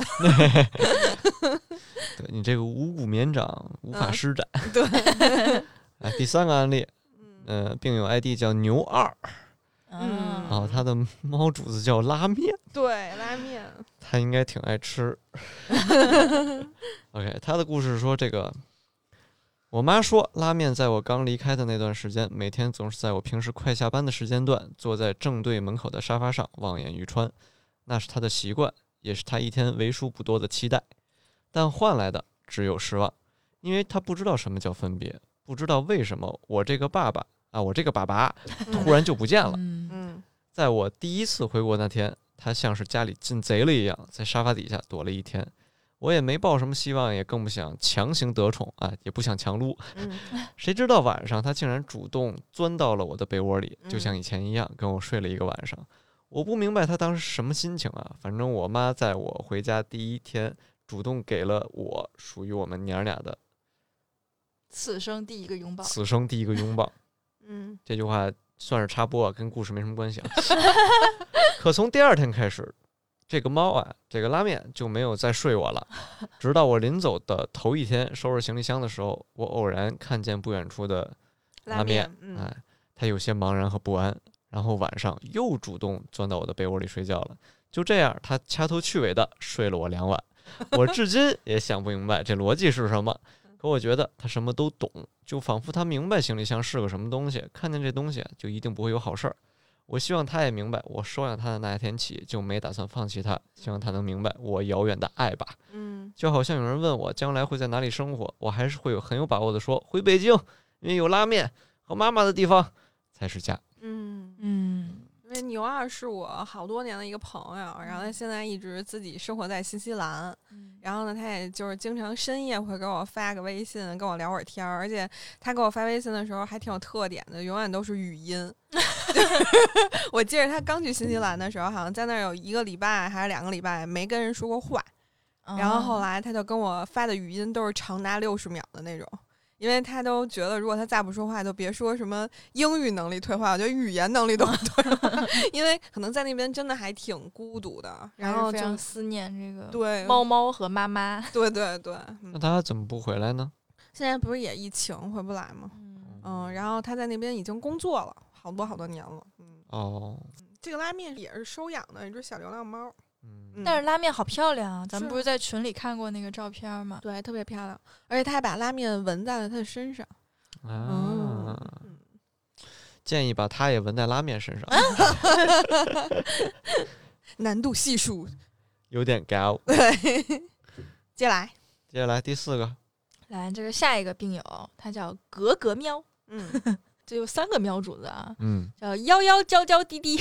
Speaker 2: 对，你这个五谷绵掌无法施展。
Speaker 3: 对。
Speaker 2: 来，第3个案例，并有 ID 叫牛2。他的猫主子叫拉面。
Speaker 3: 对，拉面。
Speaker 2: 他应该挺爱吃。OK， 他的故事说这个。我妈说，拉面在我刚离开的那段时间，每天总是在我平时快下班的时间段，坐在正对门口的沙发上望眼欲穿，那是她的习惯， 也是他一天为数不多的期待，但换来的只有失望，因为他不知道什么叫分别，不知道为什么我这个爸爸突然就不见了。在我第一次回国那天，他像是家里进贼了一样，在沙发底下躲了一天。我也没抱什么希望，也更不想强行得宠啊，也不想强撸。谁知道晚上他竟然主动钻到了我的被窝里，就像以前一样跟我睡了一个晚上。我不明白他当时什么心情啊，反正我妈在我回家第一天主动给了我属于我们娘俩的
Speaker 1: 此生第一个拥抱。
Speaker 2: 这句话算是插播，跟故事没什么关系啊。可从第二天开始，这个猫啊，这个拉面就没有再睡我了。直到我临走的头一天收拾行李箱的时候，我偶然看见不远处的拉面，它有些茫然和不安，然后晚上又主动钻到我的被窝里睡觉了。就这样，它掐头去尾的睡了我2晚。我至今也想不明白这逻辑是什么。可我觉得他什么都懂，就仿佛他明白行李箱是个什么东西，看见这东西就一定不会有好事儿。我希望他也明白，我收养他的那一天起就没打算放弃他，希望他能明白我遥远的爱吧。就好像有人问我将来会在哪里生活，我还是会很有把握的说回北京，因为有拉面和妈妈的地方才是家。
Speaker 3: 因为牛二是我好多年的一个朋友，然后他现在一直自己生活在新西兰，然后呢，他也就是经常深夜会给我发个微信，跟我聊会儿天儿，而且他给我发微信的时候还挺有特点的，永远都是语音。我记得他刚去新西兰的时候，好像在那儿有1个礼拜还是2个礼拜没跟人说过话，然后后来他就跟我发的语音都是长达60秒的那种。因为他都觉得，如果他再不说话，就别说什么英语能力退化，我觉得语言能力都退化，因为可能在那边真的还挺孤独的，然后
Speaker 1: 非常思念这个
Speaker 3: 对
Speaker 1: 猫猫和妈妈。
Speaker 3: 对。
Speaker 2: 那他怎么不回来呢？
Speaker 3: 现在不是也疫情回不来吗？然后他在那边已经工作了好多年了。这个拉面也是收养的一只小流浪猫。
Speaker 1: 但是拉面好漂亮啊！咱们不是在群里看过那个照片吗？
Speaker 3: 对，特别漂亮，而且他还把拉面纹在了他的身上。
Speaker 2: 建议把它也纹在拉面身上。
Speaker 3: 难度系数
Speaker 2: 有点高。
Speaker 3: 对，接下来
Speaker 2: 第4个，
Speaker 1: 来这个下一个病友，他叫格格喵。这有3个喵主子啊。叫幺幺娇娇滴滴。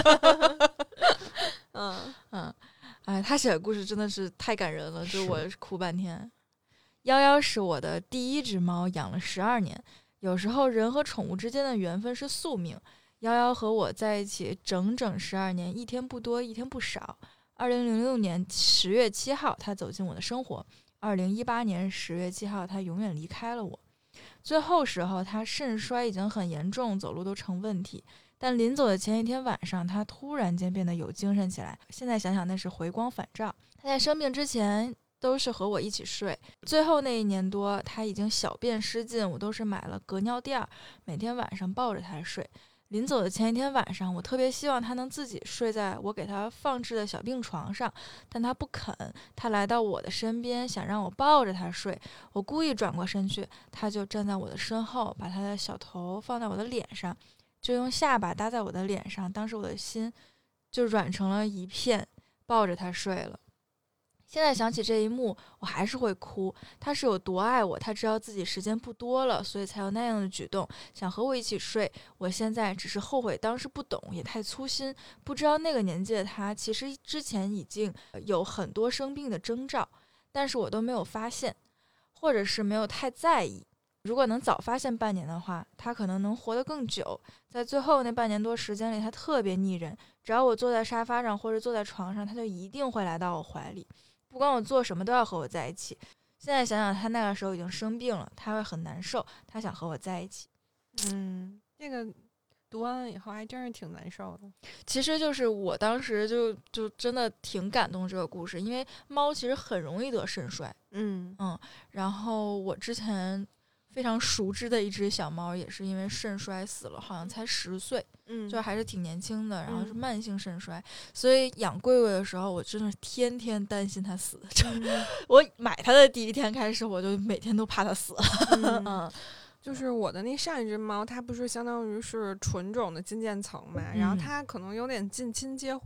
Speaker 1: 他写的故事真的是太感人了，就我哭半天。幺幺是我的第1只猫，养了12年。有时候人和宠物之间的缘分是宿命。幺幺和我在一起整整12年，一天不多，一天不少。2006年10月7号，他走进我的生活。2018年10月7号，他永远离开了我。最后时候，他肾衰已经很严重，走路都成问题。但临走的前一天晚上，他突然间变得有精神起来。现在想想，那是回光返照。他在生病之前都是和我一起睡，最后那1年多，他已经小便失禁，我都是买了隔尿垫，每天晚上抱着他睡。临走的前一天晚上，我特别希望他能自己睡在我给他放置的小病床上，但他不肯。他来到我的身边，想让我抱着他睡。我故意转过身去，他就站在我的身后，把他的小头放在我的脸上，就用下巴搭在我的脸上。当时我的心就软成了一片，抱着他睡了。现在想起这一幕，我还是会哭。他是有多爱我，他知道自己时间不多了，所以才有那样的举动，想和我一起睡。我现在只是后悔当时不懂，也太粗心，不知道那个年纪的他其实之前已经有很多生病的征兆，但是我都没有发现，或者是没有太在意。如果能早发现半年的话，他可能能活得更久。在最后那半年多时间里，他特别腻人，只要我坐在沙发上或者坐在床上，他就一定会来到我怀里，不管我做什么都要和我在一起。现在想想，他那个时候已经生病了，他会很难受，他想和我在一起。
Speaker 3: 这个读完了以后还真是挺难受的。
Speaker 1: 其实就是我当时就真的挺感动这个故事，因为猫其实很容易得肾衰。然后我之前非常熟知的一只小猫也是因为肾衰死了，好像才10岁，就还是挺年轻的，然后是慢性肾衰，所以养贵贵的时候，我真的是天天担心它死。我买它的第一天开始，我就每天都怕它死了。
Speaker 3: 就是我的那上一只猫，它不是相当于是纯种的金渐层嘛，然后它可能有点近亲结婚，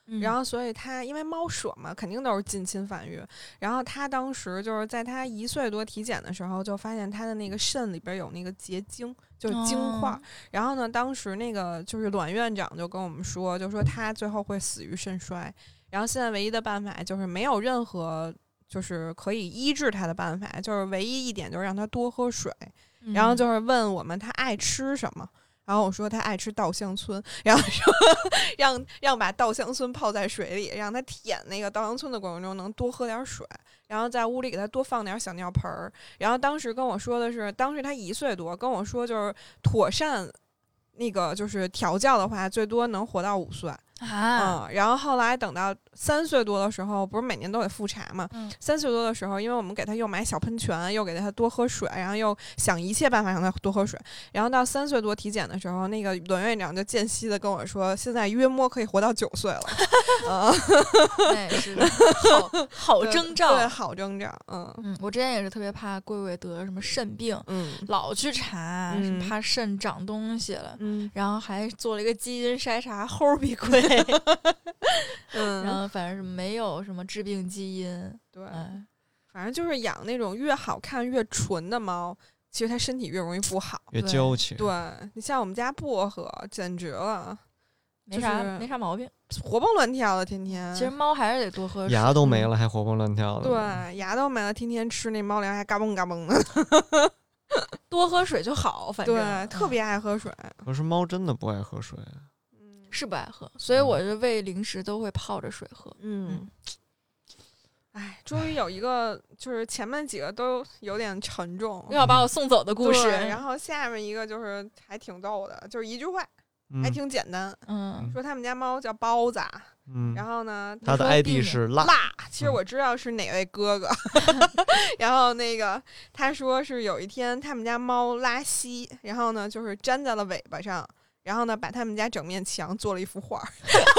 Speaker 3: 然后所以它因为猫舍嘛，肯定都是近亲繁育。然后它当时就是在它1岁多体检的时候，就发现它的那个肾里边有那个结晶，就是晶块。然后呢，当时那个就是阮院长就跟我们说，就说他最后会死于肾衰。然后现在唯一的办法就是没有任何就是可以医治他的办法，就是唯一一点就是让他多喝水。然后就是问我们他爱吃什么，然后我说他爱吃稻香村，然后说让把稻香村泡在水里，让他舔那个稻香村的过程中能多喝点水，然后在屋里给他多放点小尿盆儿。然后当时跟我说的是，当时他1岁多，跟我说就是妥善那个就是调教的话，最多能活到5岁。然后后来等到3岁多的时候，不是每年都得复查嘛？3岁多的时候，因为我们给他又买小喷泉，又给他多喝水，然后又想一切办法让他多喝水。然后到3岁多体检的时候，那个阮院长就间隙的跟我说，现在约摸可以活到9岁了。
Speaker 1: 是的，好征兆，
Speaker 3: 对，好征兆。
Speaker 1: 我之前也是特别怕贵贵得什么肾病，老去查，怕肾长东西了，然后还做了一个基因筛查，齁比贵。然后反正没有什么致病基因。
Speaker 3: 对，反正就是养那种越好看越纯的猫，其实它身体越容易不好，
Speaker 2: 越娇气。
Speaker 3: 对，你像我们家薄荷简直了，
Speaker 1: 没啥毛病，
Speaker 3: 活蹦乱跳的天天。
Speaker 1: 其实猫还是得多喝水，
Speaker 2: 牙都没了还活蹦乱跳的。
Speaker 3: 对，牙都没了，天天吃那猫粮还嘎嘣嘎嘣的。
Speaker 1: 多喝水就好，反正
Speaker 3: 对，特别爱喝水。
Speaker 2: 可是猫真的不爱喝水。
Speaker 1: 是不爱喝，所以我就喂零食都会泡着水喝。
Speaker 3: 终于有一个，就是前面几个都有点沉重，
Speaker 1: 又要把我送走的故事。
Speaker 3: 然后下面一个就是还挺逗的，就是一句话，还挺简单。说他们家猫叫包子，然后呢，
Speaker 2: 他的 ID 是辣。
Speaker 3: 其实我知道是哪位哥哥。然后那个他说是有一天他们家猫拉稀，然后呢就是粘在了尾巴上。然后呢，把他们家整面墙做了一幅画。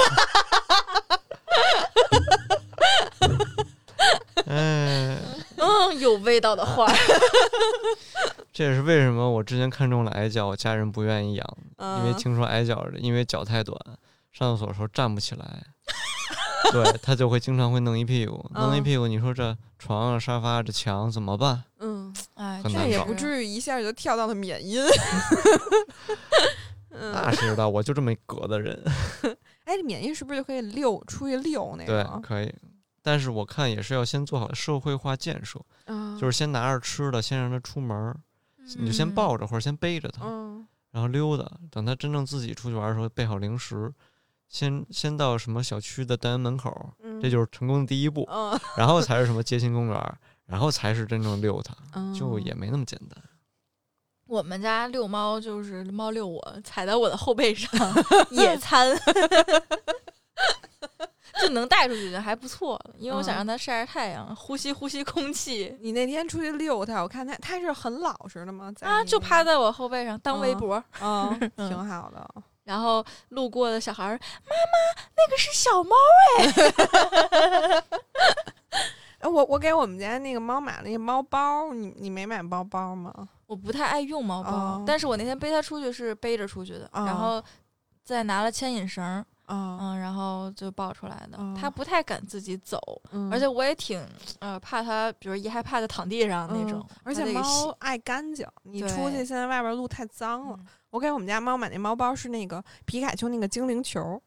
Speaker 1: 有味道的画。
Speaker 2: 这也是为什么我之前看中了矮脚，我家人不愿意养，因为听说矮脚因为脚太短，上厕所的时候站不起来，对他就会经常会弄一屁股，弄一屁股。你说这床啊、沙发、这墙怎么办？很难搞。
Speaker 3: 这也不至于一下就跳到了缅因。
Speaker 2: 那谁知道？我就这么葛的人。
Speaker 3: 这缅因是不是就可以出去溜那个？
Speaker 2: 对，可以。但是我看也是要先做好社会化建设，就是先拿着吃的，先让他出门，你就先抱着或者先背着他，然后溜达。等他真正自己出去玩的时候，备好零食，先到什么小区的单元门口，这就是成功的第一步。然后才是什么街心公园，然后才是真正遛它，就也没那么简单。
Speaker 1: 我们家遛猫就是猫遛我，踩在我的后背上野餐。就能带出去就还不错了，因为我想让它晒晒太阳，呼吸空气。
Speaker 3: 你那天出去遛它，我看它是很老实的吗？
Speaker 1: 就趴在我后背上当围脖，
Speaker 3: 挺好的。
Speaker 1: 然后路过的小孩，妈妈，那个是小猫
Speaker 3: 哎。我给我们家那个猫买了那个猫包，你没买包包吗？
Speaker 1: 我不太爱用猫包，但是我那天背它出去是背着出去的，然后再拿了牵引绳。然后就抱出来的。他不太敢自己走，而且我也挺怕他，比如一害怕就躺地上那种。
Speaker 3: 而且猫爱干净，你出去现在外边路太脏了。我给我们家猫买那猫包是那个皮卡丘那个精灵球。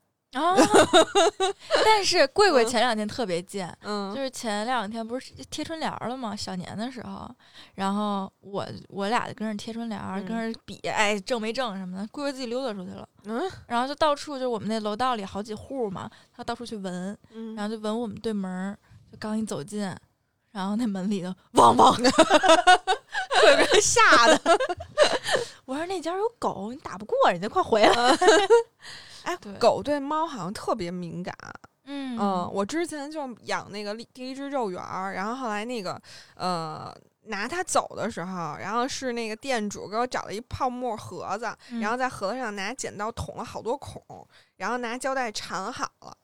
Speaker 1: 但是贵贵前2天特别贱，就是前2天不是贴春联了吗？小年的时候，然后我俩就跟着贴春联，跟着比，正没正什么的。贵贵自己溜达出去了，然后就到处就我们那楼道里好几户嘛，他到处去闻，然后就闻我们对门，就刚一走近，然后那门里头汪汪的，贵贵吓的。我说那家有狗，你打不过人家，快回来。
Speaker 3: 狗对猫好像特别敏感。我之前就养那个第一只肉圆，然后后来那个拿它走的时候，然后是那个店主给我找了一泡沫盒子，然后在盒子上拿剪刀捅了好多孔，然后拿胶带缠好了，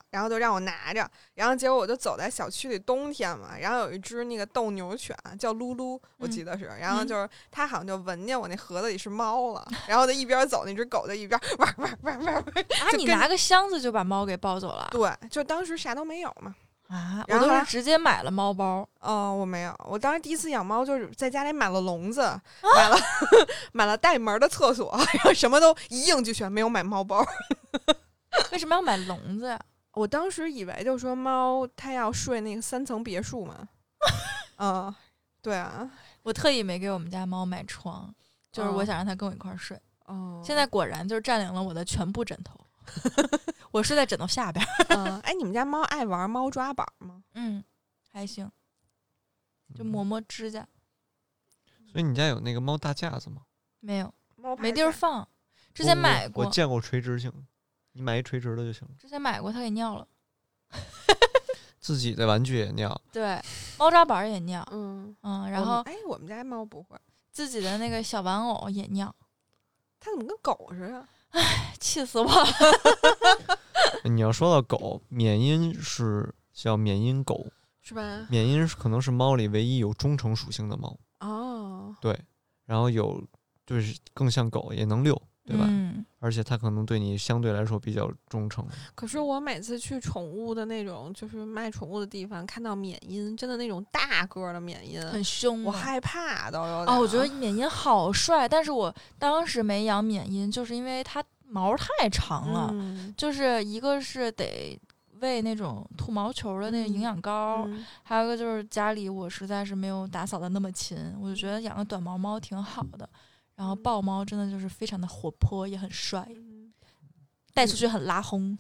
Speaker 3: 然后就让我拿着，然后结果我就走在小区里，冬天嘛，然后有一只那个斗牛犬叫噜噜，我记得是，然后就是它好像就闻见我那盒子里是猫了，然后就一边走，那只狗就一边汪汪汪汪。
Speaker 1: 啊，你拿个箱子就把猫给抱走了？
Speaker 3: 对，就当时啥都没有嘛。
Speaker 1: 啊，我都是直接买了猫包。
Speaker 3: 哦，我没有，我当时第一次养猫就是在家里买了笼子，买了带门的厕所，然后什么都一应俱全，没有买猫包。
Speaker 1: 为什么要买笼子呀？
Speaker 3: 我当时以为就是说猫它要睡那个3层别墅嘛。对啊，
Speaker 1: 我特意没给我们家猫买床，就是我想让它跟我一块儿睡。现在果然就是占领了我的全部枕头。我睡在枕头下边。
Speaker 3: 哎，你们家猫爱玩猫抓板吗？
Speaker 1: 还行，就磨磨指甲。
Speaker 2: 所以你家有那个猫大架子吗？
Speaker 1: 没有，没地儿放。之前买过，
Speaker 2: 我见过垂直性，你买一垂直的就行了。
Speaker 1: 之前买过，它给尿了。
Speaker 2: 自己的玩具也尿，
Speaker 1: 对，猫抓板也尿。然后
Speaker 3: 我们家猫不会，
Speaker 1: 自己的那个小玩偶也尿。
Speaker 3: 它怎么跟狗似的？
Speaker 1: 哎，气死我了！
Speaker 2: 你要说到狗，缅因是叫缅因狗，
Speaker 3: 是吧？
Speaker 2: 缅因可能是猫里唯一有忠诚属性的猫。对，然后有就是更像狗，也能遛，对吧？而且它可能对你相对来说比较忠诚。
Speaker 3: 可是我每次去宠物的那种就是卖宠物的地方，看到缅因，真的那种大个的缅因，
Speaker 1: 很凶，
Speaker 3: 我害怕都有。
Speaker 1: 我觉得缅因好帅，但是我当时没养缅因，就是因为它毛太长了，就是一个是得喂那种吐毛球的那个营养膏，还有一个就是家里我实在是没有打扫的那么勤，我就觉得养个短毛猫挺好的。然后豹猫真的就是非常的活泼，也很帅，带出去很拉轰。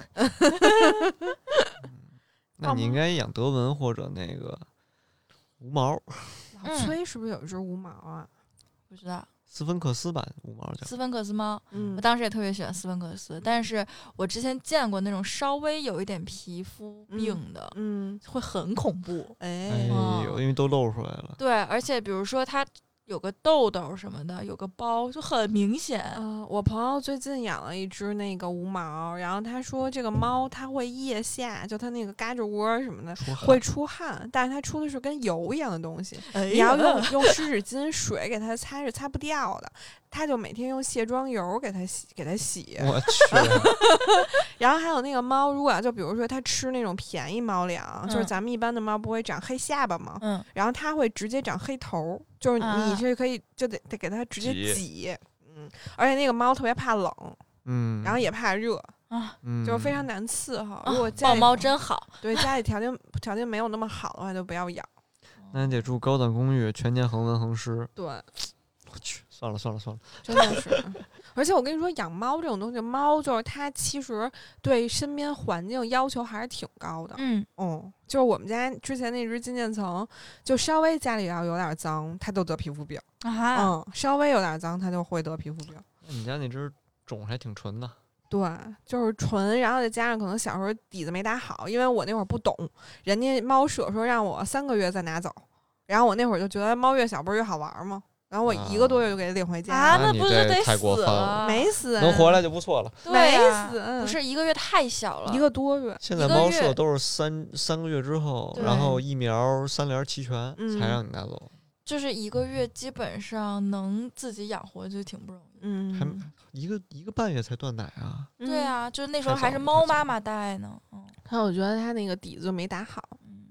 Speaker 2: 那你应该养德文或者那个无毛。
Speaker 3: 老崔是不是有一只无毛啊？
Speaker 1: 不知道。
Speaker 2: 斯芬克斯版无毛叫
Speaker 1: 斯芬克斯猫。我当时也特别喜欢斯芬克斯，但是我之前见过那种稍微有一点皮肤病的，会很恐怖。
Speaker 2: 哎呦，因为都露出来了。
Speaker 1: 对，而且比如说它有个痘痘什么的，有个包就很明显。
Speaker 3: 我朋友最近养了一只那个无毛，然后他说这个猫它会腋下，就它那个胳肢窝什么的会出汗，但是它出的是跟油一样的东西，你要用湿纸巾水给它擦是擦不掉的。他就每天用卸妆油给它洗。
Speaker 2: 我去。
Speaker 3: 然后还有那个猫，如果就比如说它吃那种便宜猫粮，就是咱们一般的猫不会长黑下巴吗？然后它会直接长黑头，就是你是可以就得给它直接挤。而且那个猫特别怕冷，然后也怕热就是非常难伺候。如果
Speaker 1: 抱猫真好。
Speaker 3: 对，家里条件没有那么好的话，就不要养。
Speaker 2: 那你得住高档公寓，全年恒温恒湿。
Speaker 3: 对。
Speaker 2: 我去，算了，
Speaker 3: 真的是。而且我跟你说，养猫这种东西，猫就是它其实对身边环境要求还是挺高的。就是我们家之前那只金渐层，就稍微家里要有点脏，它都得皮肤病。稍微有点脏，它就会得皮肤病。
Speaker 2: 那你家那只种还挺纯的。
Speaker 3: 对，就是纯，然后再加上可能小时候底子没打好，因为我那会儿不懂，人家猫舍说让我3个月再拿走，然后我那会儿就觉得猫越小不是越好玩吗？然后我1个多月就给它领回家。
Speaker 1: 那不是得死
Speaker 2: 了？
Speaker 3: 没死，
Speaker 2: 能回来就不错了。
Speaker 3: 没死，
Speaker 1: 不是1个月太小了，
Speaker 3: 1个多月。
Speaker 2: 现在猫舍都是三个月之后，然后疫苗3联齐全才让你拿走。
Speaker 1: 就是1个月基本上能自己养活就挺不容易。
Speaker 2: 还一个半月才断奶啊？
Speaker 1: 对啊，就是那时候还是猫妈妈带呢。
Speaker 3: 但我觉得它那个底子就没打好。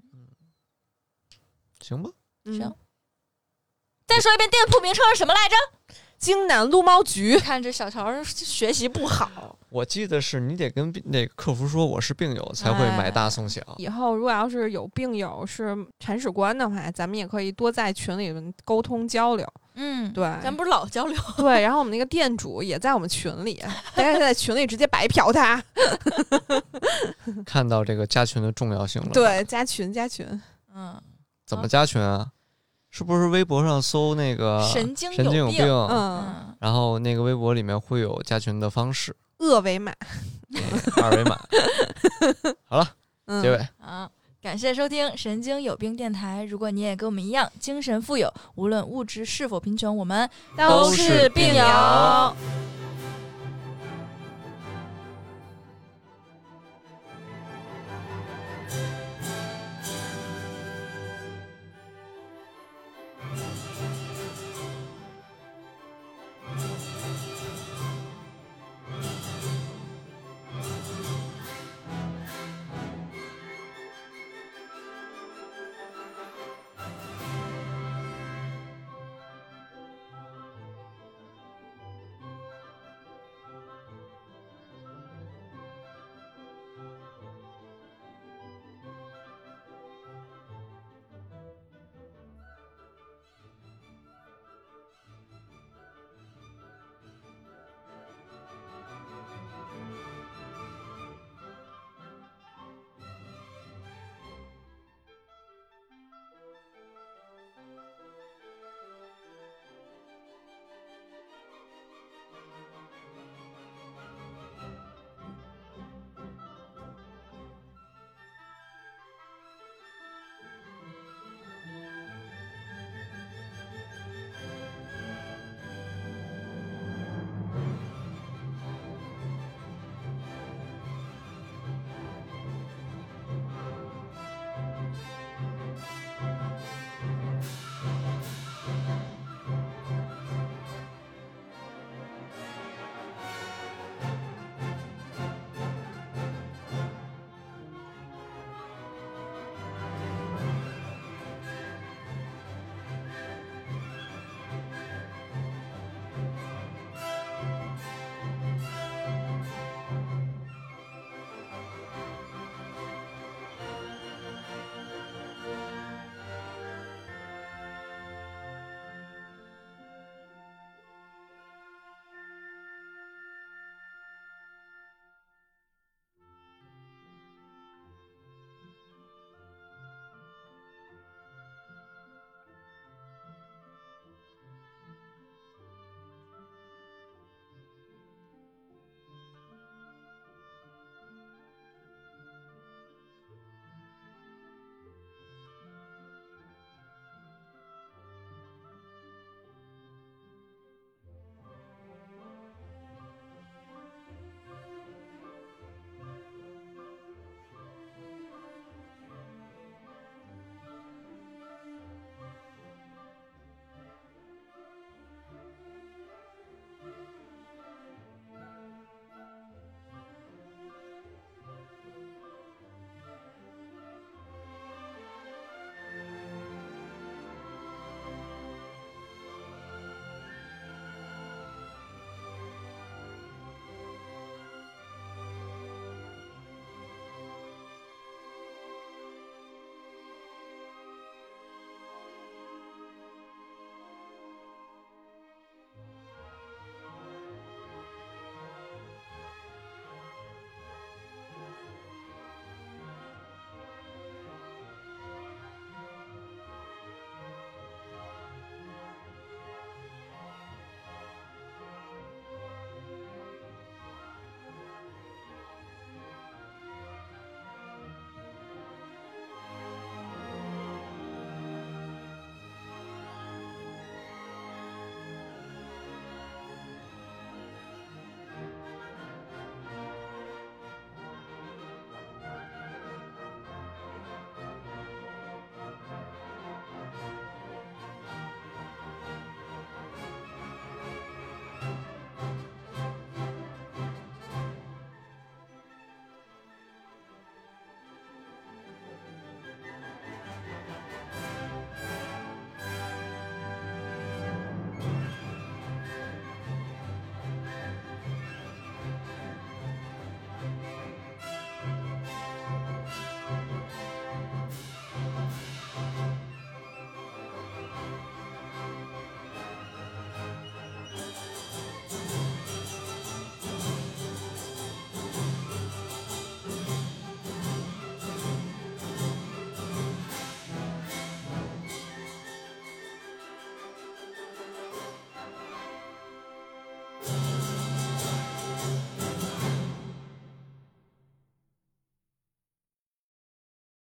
Speaker 2: 行吧，
Speaker 1: 行。再说一遍，店铺名称是什么来着？
Speaker 3: 京南撸猫局。
Speaker 1: 看这小乔学习不好。
Speaker 2: 我记得是你得跟那个客服说我是病友才会买大送小。
Speaker 3: 以后如果要是有病友是铲屎官的话，咱们也可以多在群里沟通交流。对，
Speaker 1: 咱不是老交流。
Speaker 3: 对，然后我们那个店主也在我们群里，大家在群里直接白嫖他。
Speaker 2: 看到这个加群的重要性了。
Speaker 3: 对，加群。
Speaker 2: 怎么加群啊？是不是微博上搜那个
Speaker 1: 神经
Speaker 2: 有病？然后那个微博里面会有加群的方式，
Speaker 3: 二维码。
Speaker 2: 2维码。好了，结尾。
Speaker 1: 感谢收听神经有病电台。如果你也跟我们一样精神富有，无论物质是否贫穷，我们都是病友。